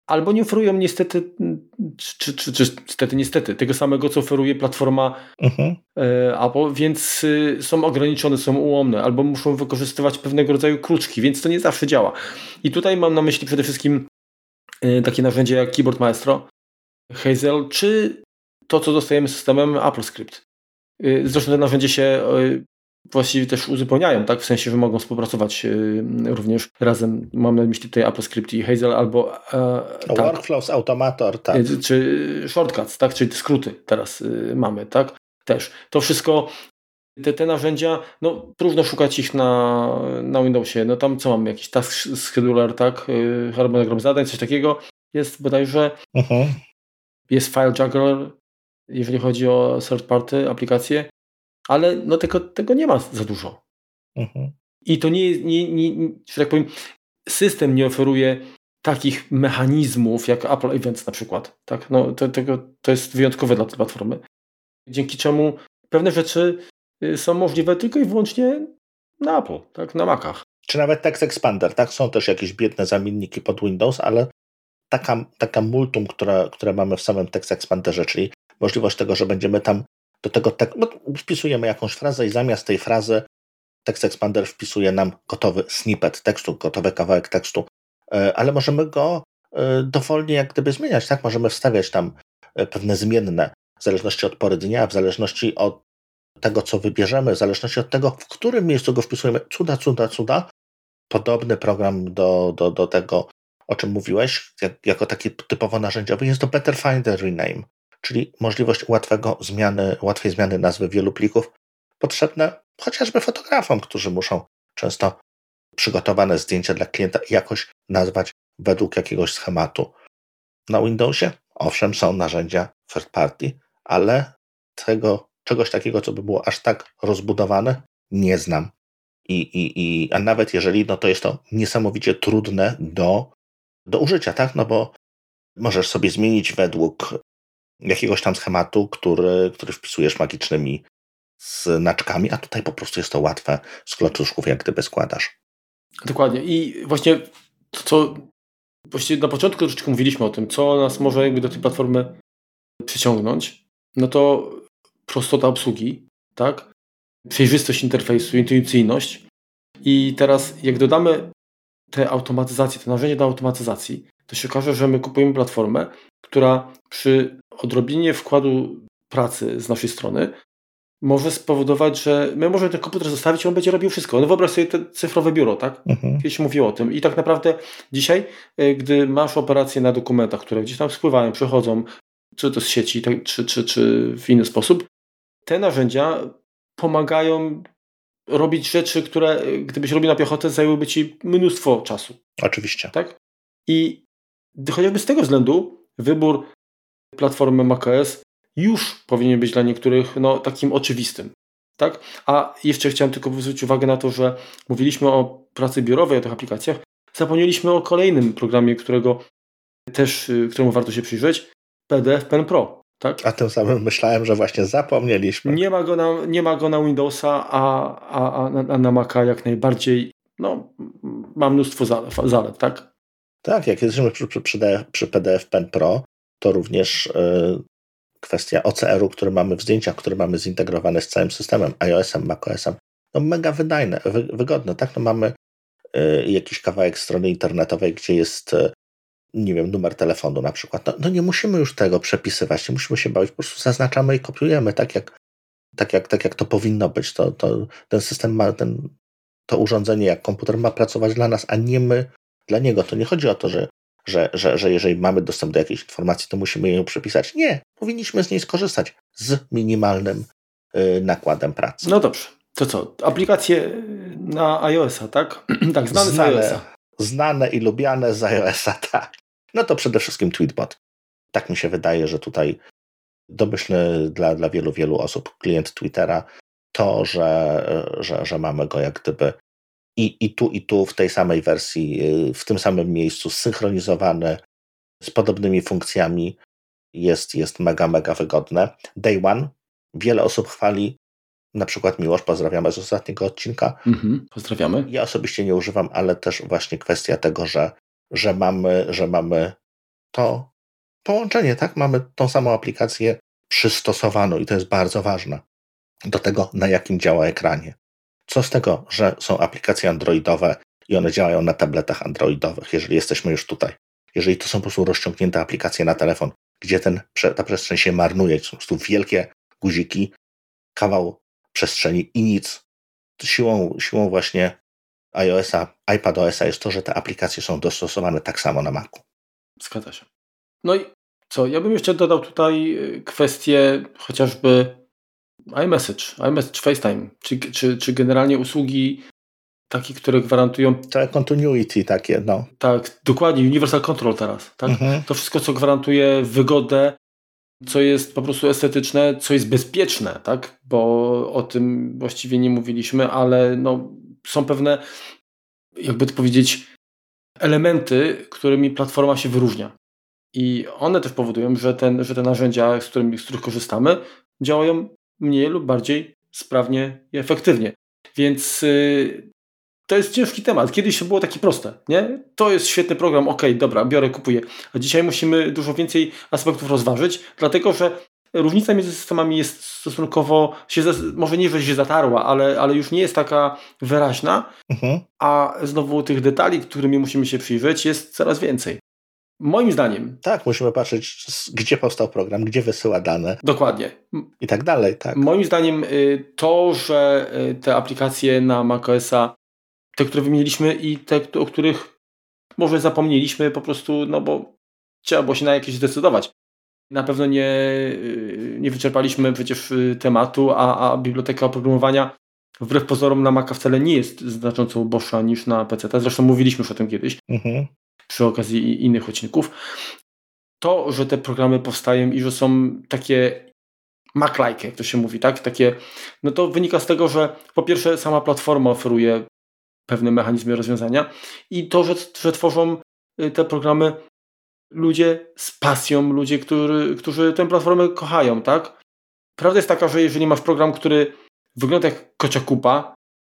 albo nie oferują niestety, czy, czy, czy niestety, niestety, tego samego, co oferuje platforma mhm. Apple, więc są ograniczone, są ułomne, albo muszą wykorzystywać pewnego rodzaju kruczki, więc to nie zawsze działa. I tutaj mam na myśli przede wszystkim takie narzędzie jak Keyboard Maestro, Hazel, czy to, co dostajemy systemem AppleScript. Zresztą te narzędzia się właściwie też uzupełniają, tak? W sensie, że mogą współpracować również razem. Mam na myśli tutaj AppleScript i Hazel, albo e, tak. Workflows, Automator, tak. Czy Shortcuts, tak? Czyli skróty teraz mamy, tak? Też. To wszystko, te, te narzędzia, no trudno szukać ich na, na Windowsie. No tam co mamy? Jakiś task scheduler, tak? Harmonogram zadań, coś takiego jest bodajże. Uh-huh. Jest File Juggler, jeżeli chodzi o third party aplikacje, ale no tego, tego nie ma za dużo. Uh-huh. I to nie, nie, nie, że tak powiem, system nie oferuje takich mechanizmów jak Apple Events na przykład. Tak? No, to, tego, to jest wyjątkowe dla tej platformy. Dzięki czemu pewne rzeczy są możliwe tylko i wyłącznie na Apple, tak? Na Macach. Czy nawet Text Expander, tak? Są też jakieś biedne zamienniki pod Windows, ale taka, taka multum, która, które mamy w samym Text Expanderze, czyli możliwość tego, że będziemy tam do tego tek- no, wpisujemy jakąś frazę i zamiast tej frazy Text Expander wpisuje nam gotowy snippet tekstu, gotowy kawałek tekstu, ale możemy go dowolnie jak gdyby zmieniać, tak? Możemy wstawiać tam pewne zmienne w zależności od pory dnia, w zależności od tego, co wybierzemy, w zależności od tego, w którym miejscu go wpisujemy. Cuda, cuda, cuda. Podobny program do, do, do tego, o czym mówiłeś, jak, jako taki typowo narzędziowy, jest to Better Finder Rename, czyli możliwość łatwego zmiany, łatwej zmiany nazwy wielu plików, potrzebne chociażby fotografom, którzy muszą często przygotowane zdjęcia dla klienta jakoś nazwać według jakiegoś schematu. Na Windowsie, owszem, są narzędzia third party, ale tego, czegoś takiego, co by było aż tak rozbudowane, nie znam. I, i, i, a nawet jeżeli, no to jest to niesamowicie trudne do, do użycia, tak? No bo możesz sobie zmienić według jakiegoś tam schematu, który, który wpisujesz magicznymi znaczkami, a tutaj po prostu jest to łatwe z klocuszków, jak gdyby składasz. Dokładnie. I właśnie to, co właściwie na początku troszeczkę mówiliśmy o tym, co nas może jakby do tej platformy przyciągnąć, no to prostota obsługi, tak? Przejrzystość interfejsu, intuicyjność. I teraz jak dodamy te automatyzacje, te narzędzia do automatyzacji, to się okaże, że my kupujemy platformę, która przy odrobinie wkładu pracy z naszej strony może spowodować, że my możemy ten komputer zostawić i on będzie robił wszystko. No wyobraź sobie to cyfrowe biuro, tak? Mhm. Kiedyś się mówiło o tym. I tak naprawdę dzisiaj, gdy masz operacje na dokumentach, które gdzieś tam spływają, przechodzą, czy to z sieci, tak, czy, czy, czy w inny sposób, te narzędzia pomagają robić rzeczy, które gdybyś robił na piechotę, zajęłyby ci mnóstwo czasu. Oczywiście. Tak? I chociażby z tego względu wybór platformy macOS już powinien być dla niektórych no, takim oczywistym. Tak? A jeszcze chciałem tylko zwrócić uwagę na to, że mówiliśmy o pracy biurowej, o tych aplikacjach, zapomnieliśmy o kolejnym programie, którego też, któremu warto się przyjrzeć, P D F Pen Pro. Tak? A tym samym myślałem, że właśnie zapomnieliśmy. Nie ma go na, nie ma go na Windowsa, a, a, a na, na Maca jak najbardziej no, ma mnóstwo zalet, zalet, tak? Tak, jak jesteśmy przy, przy, przy P D F Pen Pro, to również yy, kwestia O C R-u, który mamy w zdjęciach, który mamy zintegrowany z całym systemem, iOS-em, macOS-em, no mega wydajne, wy, wygodne, tak? No mamy yy, jakiś kawałek strony internetowej, gdzie jest yy, nie wiem, numer telefonu na przykład. No, no nie musimy już tego przepisywać, nie musimy się bawić, po prostu zaznaczamy i kopiujemy, tak jak, tak jak, tak jak to powinno być. To, to, ten system ma, ten, to urządzenie jak komputer ma pracować dla nas, a nie my dla niego. To nie chodzi o to, że, że, że, że jeżeli mamy dostęp do jakiejś informacji, to musimy ją przepisać. Nie, powinniśmy z niej skorzystać z minimalnym y, nakładem pracy. No dobrze, to co? Aplikacje na iOS-a, tak? Tak, znane, znane z iOS-a. Znane i lubiane z iOS-a, tak. No to przede wszystkim Tweetbot. Tak mi się wydaje, że tutaj domyślny dla, dla wielu, wielu osób klient Twittera, to, że, że, że mamy go jak gdyby i, i tu, i tu w tej samej wersji, w tym samym miejscu, zsynchronizowany z podobnymi funkcjami, jest, jest mega, mega wygodne. Day One. Wiele osób chwali, na przykład Miłosz, pozdrawiamy z ostatniego odcinka. Mm-hmm, pozdrawiamy. Ja osobiście nie używam, ale też właśnie kwestia tego, że, że mamy, że mamy to połączenie, tak? Mamy tą samą aplikację przystosowaną i to jest bardzo ważne do tego, na jakim działa ekranie. Co z tego, że są aplikacje androidowe i one działają na tabletach androidowych, jeżeli jesteśmy już tutaj. Jeżeli to są po prostu rozciągnięte aplikacje na telefon, gdzie ten, ta przestrzeń się marnuje, to są po prostu wielkie guziki, kawał przestrzeni i nic. Siłą, siłą właśnie iOS-a, iPadOS-a jest to, że te aplikacje są dostosowane tak samo na Macu. Zgadza się. No i co, ja bym jeszcze dodał tutaj kwestię chociażby iMessage, iMessage FaceTime, czy, czy, czy generalnie usługi takie, które gwarantują... To continuity takie, no. Tak, dokładnie, Universal Control teraz. Tak? Mhm. To wszystko, co gwarantuje wygodę, co jest po prostu estetyczne, co jest bezpieczne, tak? Bo o tym właściwie nie mówiliśmy, ale no, są pewne, jakby to powiedzieć, elementy, którymi platforma się wyróżnia. I one też powodują, że, ten, że te narzędzia, z, którymi, z których korzystamy, działają mniej lub bardziej sprawnie i efektywnie. Więc yy, to jest ciężki temat. Kiedyś to było takie proste, nie? To jest świetny program, okej, okay, dobra, biorę, kupuję. A dzisiaj musimy dużo więcej aspektów rozważyć, dlatego że różnica między systemami jest stosunkowo, się, może nie, że się zatarła, ale, ale już nie jest taka wyraźna, mhm. a znowu tych detali, którymi musimy się przyjrzeć, jest coraz więcej. Moim zdaniem... Tak, musimy patrzeć, gdzie powstał program, gdzie wysyła dane. Dokładnie. I tak dalej, tak. Moim zdaniem to, że te aplikacje na macOS-a, te, które wymieniliśmy i te, o których może zapomnieliśmy po prostu, no bo trzeba było się na jakieś zdecydować. Na pewno nie, nie wyczerpaliśmy przecież tematu, a, a biblioteka oprogramowania wbrew pozorom na Maca wcale nie jest znacząco uboższa niż na P C. Zresztą mówiliśmy już o tym kiedyś. Mhm. Przy okazji innych odcinków. To, że te programy powstają i że są takie Mac-like, jak to się mówi, tak? Takie, no to wynika z tego, że po pierwsze sama platforma oferuje pewne mechanizmy rozwiązania i to, że, że tworzą te programy ludzie z pasją, ludzie, którzy, którzy tę platformę kochają, tak? Prawda jest taka, że jeżeli masz program, który wygląda jak kocia kupa,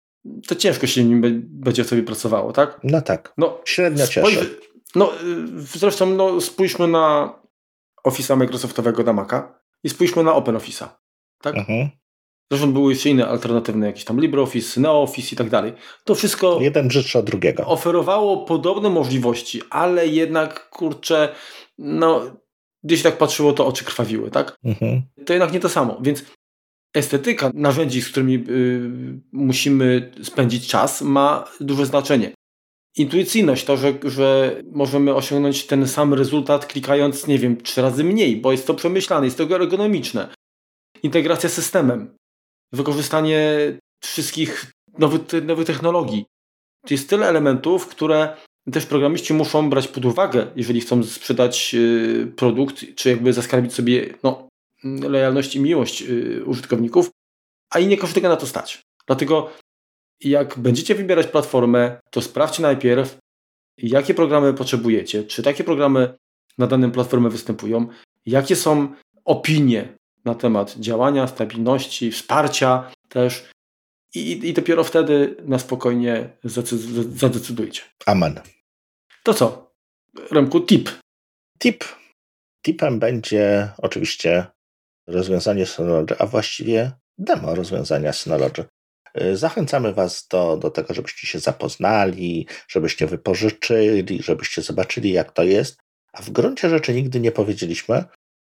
to ciężko się nim będzie sobie pracowało, tak? No tak, no, średnio cieszy. No, zresztą no, spójrzmy na Office'a Microsoftowego na Maca i spójrzmy na OpenOffice'a, tak? Mhm. Zresztą były jeszcze inne alternatywne, jakieś tam LibreOffice, NeoOffice i tak dalej. To wszystko... Jeden brzydszy od drugiego. Oferowało podobne możliwości, ale jednak, kurczę, no, gdzieś tak patrzyło, to oczy krwawiły, tak? Mhm. To jednak nie to samo, więc estetyka narzędzi, z którymi y, musimy spędzić czas, ma duże znaczenie. Intuicyjność, to, że, że możemy osiągnąć ten sam rezultat klikając, nie wiem, trzy razy mniej, bo jest to przemyślane, jest to ergonomiczne. Integracja z systemem, wykorzystanie wszystkich nowych, nowych technologii. To jest tyle elementów, które też programiści muszą brać pod uwagę, jeżeli chcą sprzedać y, produkt, czy jakby zaskarbić sobie no, lojalność i miłość y, użytkowników, a i nie każdego na to stać. Dlatego jak będziecie wybierać platformę, to sprawdźcie najpierw, jakie programy potrzebujecie, czy takie programy na daną platformę występują, jakie są opinie na temat działania, stabilności, wsparcia też i, i dopiero wtedy na spokojnie zadecydujcie. Amen. To co? Remku, tip. Tip. Tipem będzie oczywiście rozwiązanie Synology, a właściwie demo rozwiązania Synology. Zachęcamy Was do, do tego, żebyście się zapoznali, żebyście wypożyczyli, żebyście zobaczyli, jak to jest. A w gruncie rzeczy nigdy nie powiedzieliśmy,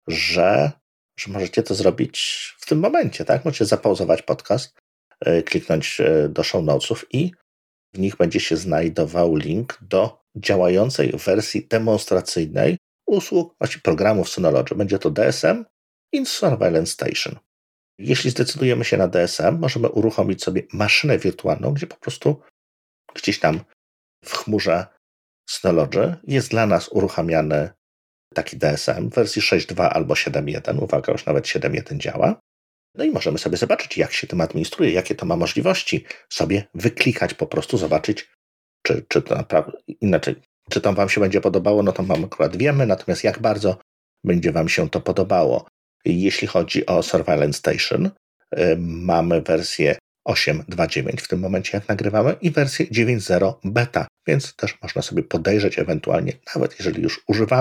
że, że możecie to zrobić w tym momencie, tak? Możecie zapauzować podcast, kliknąć do show notesów i w nich będzie się znajdował link do działającej wersji demonstracyjnej usług, właściwie programów Synology. Będzie to D S M in Surveillance Station. Jeśli zdecydujemy się na D S M, możemy uruchomić sobie maszynę wirtualną, gdzie po prostu gdzieś tam w chmurze Synology jest dla nas uruchamiany taki D S M w wersji sześć dwa albo siedem jeden. Uwaga, już nawet siedem jeden działa. No i możemy sobie zobaczyć, jak się tym administruje, jakie to ma możliwości. Sobie wyklikać po prostu, zobaczyć, czy, czy to naprawdę, inaczej, czy to Wam się będzie podobało, no to mam akurat wiemy, natomiast jak bardzo będzie Wam się to podobało. Jeśli chodzi o Surveillance Station, yy, mamy wersję osiem dwa dziewięć w tym momencie, jak nagrywamy, i wersję dziewięć zero beta, więc też można sobie podejrzeć ewentualnie, nawet jeżeli już używamy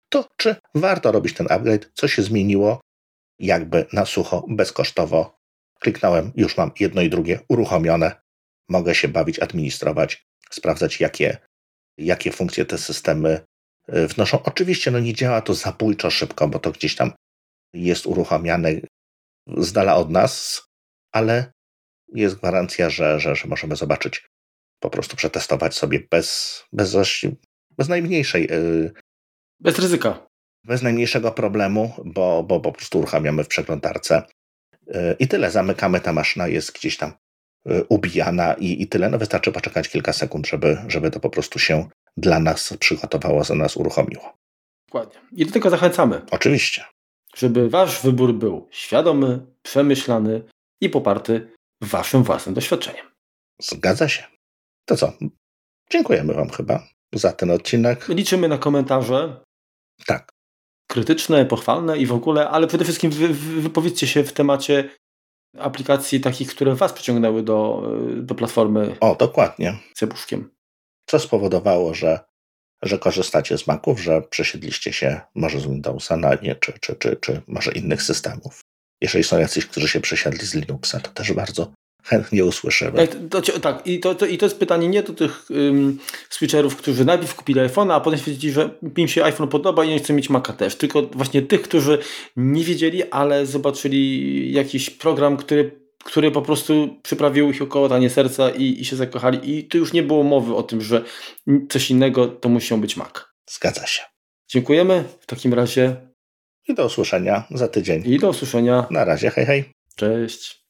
to czy warto robić ten upgrade, co się zmieniło, jakby na sucho, bezkosztowo. Kliknąłem, już mam jedno i drugie uruchomione, mogę się bawić, administrować, sprawdzać jakie, jakie funkcje te systemy wnoszą. Oczywiście no nie działa to zabójczo szybko, bo to gdzieś tam jest uruchamiane z dala od nas, ale jest gwarancja, że, że, że możemy zobaczyć, po prostu przetestować sobie bez, bez, bez najmniejszej... Bez ryzyka. Bez najmniejszego problemu, bo, bo po prostu uruchamiamy w przeglądarce. I tyle, zamykamy, ta maszyna jest gdzieś tam ubijana i, i tyle. No wystarczy poczekać kilka sekund, żeby, żeby to po prostu się dla nas przygotowało, za nas uruchomiło. Dokładnie. I do tego zachęcamy. Oczywiście. Żeby wasz wybór był świadomy, przemyślany i poparty waszym własnym doświadczeniem. Zgadza się. To co? Dziękujemy wam chyba za ten odcinek. Liczymy na komentarze. Tak. Krytyczne, pochwalne i w ogóle, ale przede wszystkim wy, wy, wypowiedzcie się w temacie aplikacji takich, które was przyciągnęły do, do platformy. O, dokładnie. Cebuszkiem. Co spowodowało, że, że korzystacie z Maców, że przesiedliście się może z Windowsa na nie, czy, czy, czy, czy może innych systemów. Jeżeli są jacyś, którzy się przesiadli z Linuxa, to też bardzo chętnie usłyszymy. Tak, to, tak i, to, to, i to jest pytanie nie do tych um, switcherów, którzy najpierw kupili iPhone'a, a potem stwierdzili, że im się iPhone podoba i nie chcą mieć Maca też, tylko właśnie tych, którzy nie wiedzieli, ale zobaczyli jakiś program, który, który po prostu przyprawił ich okołotanie serca i, i się zakochali i tu już nie było mowy o tym, że coś innego to musi być Mac. Zgadza się. Dziękujemy w takim razie. I do usłyszenia za tydzień. I do usłyszenia. Na razie, hej, hej. Cześć.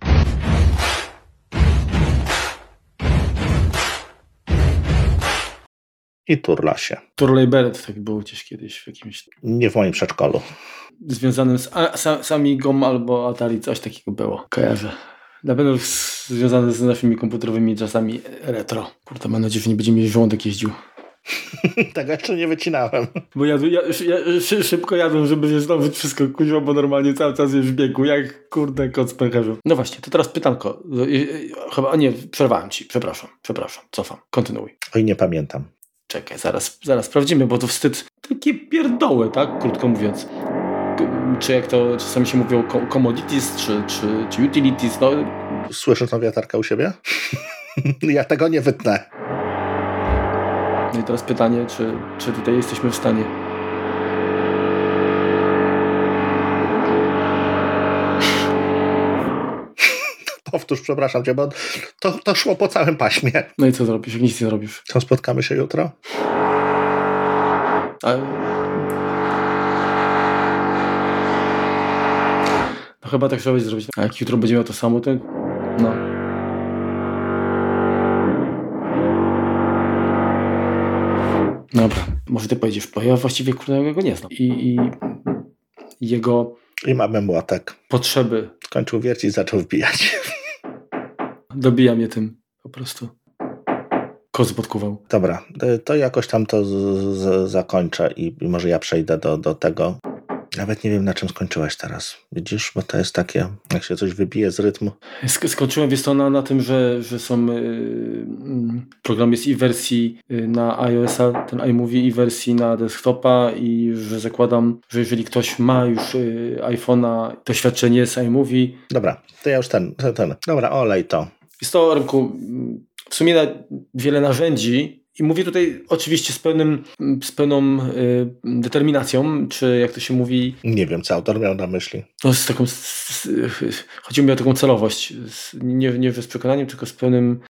I turla się. Turley Beret, tak było gdzieś kiedyś w jakimś... Nie w moim przedszkolu. Związanym z a, Samigą albo Atari, coś takiego było. Kojarzę. Na pewno z, związane z naszymi komputerowymi czasami retro. Kurde, mam nadzieję, że nie będzie mi żołądek jeździł. Tego jeszcze nie wycinałem. Bo ja, ja, ja szybko jadłem, żeby zdobyć wszystko, kuźwa, bo normalnie cały czas jest w biegu, jak kurde kot z pęcherzem. No właśnie, to teraz pytanko. Chyba, a nie, przerwałem ci, przepraszam, przepraszam, cofam, kontynuuj. Oj, nie pamiętam. Czekaj, zaraz, zaraz sprawdzimy, bo to wstyd. Takie pierdoły, tak? Krótko mówiąc. Czy jak to czasami się mówią commodities, czy, czy, czy utilities, no. Słyszysz tą wiatarkę u siebie? Ja tego nie wytnę. No i teraz pytanie, czy, czy tutaj jesteśmy w stanie. Powtórz, przepraszam cię, bo to, to szło po całym paśmie. No i co zrobisz, jak nic nie zrobisz? To spotkamy się jutro? A... No chyba tak trzeba będzie zrobić. A jak jutro będzie miał to samo, to... No. Dobra, może ty pojedziesz, bo ja właściwie kurde go nie znam. I, i jego... I mamy młotek. Potrzeby. Skończył wiercić, zaczął wbijać. Dobija mnie tym po prostu. Kozy podkuwał. Dobra, to jakoś tam to z- z- zakończę i może ja przejdę do, do tego. Nawet nie wiem, na czym skończyłaś teraz. Widzisz, bo to jest takie, jak się coś wybije z rytmu. Sk- skończyłem wiesz to na, na tym, że, że są yy, program jest i w wersji yy, na iOS-a, ten iMovie, i w wersji na desktopa i że zakładam, że jeżeli ktoś ma już yy, iPhone'a, doświadczenie z iMovie. Dobra, to ja już ten, ten, ten. Dobra, olej to. Jest to, Remku, w sumie na wiele narzędzi i mówię tutaj oczywiście z, pełnym, z pełną y, determinacją, czy jak to się mówi... Nie wiem, co autor miał na myśli. No z taką... Z, z, chodziło mi o taką celowość. Z, nie, nie z przekonaniem, tylko z pełnym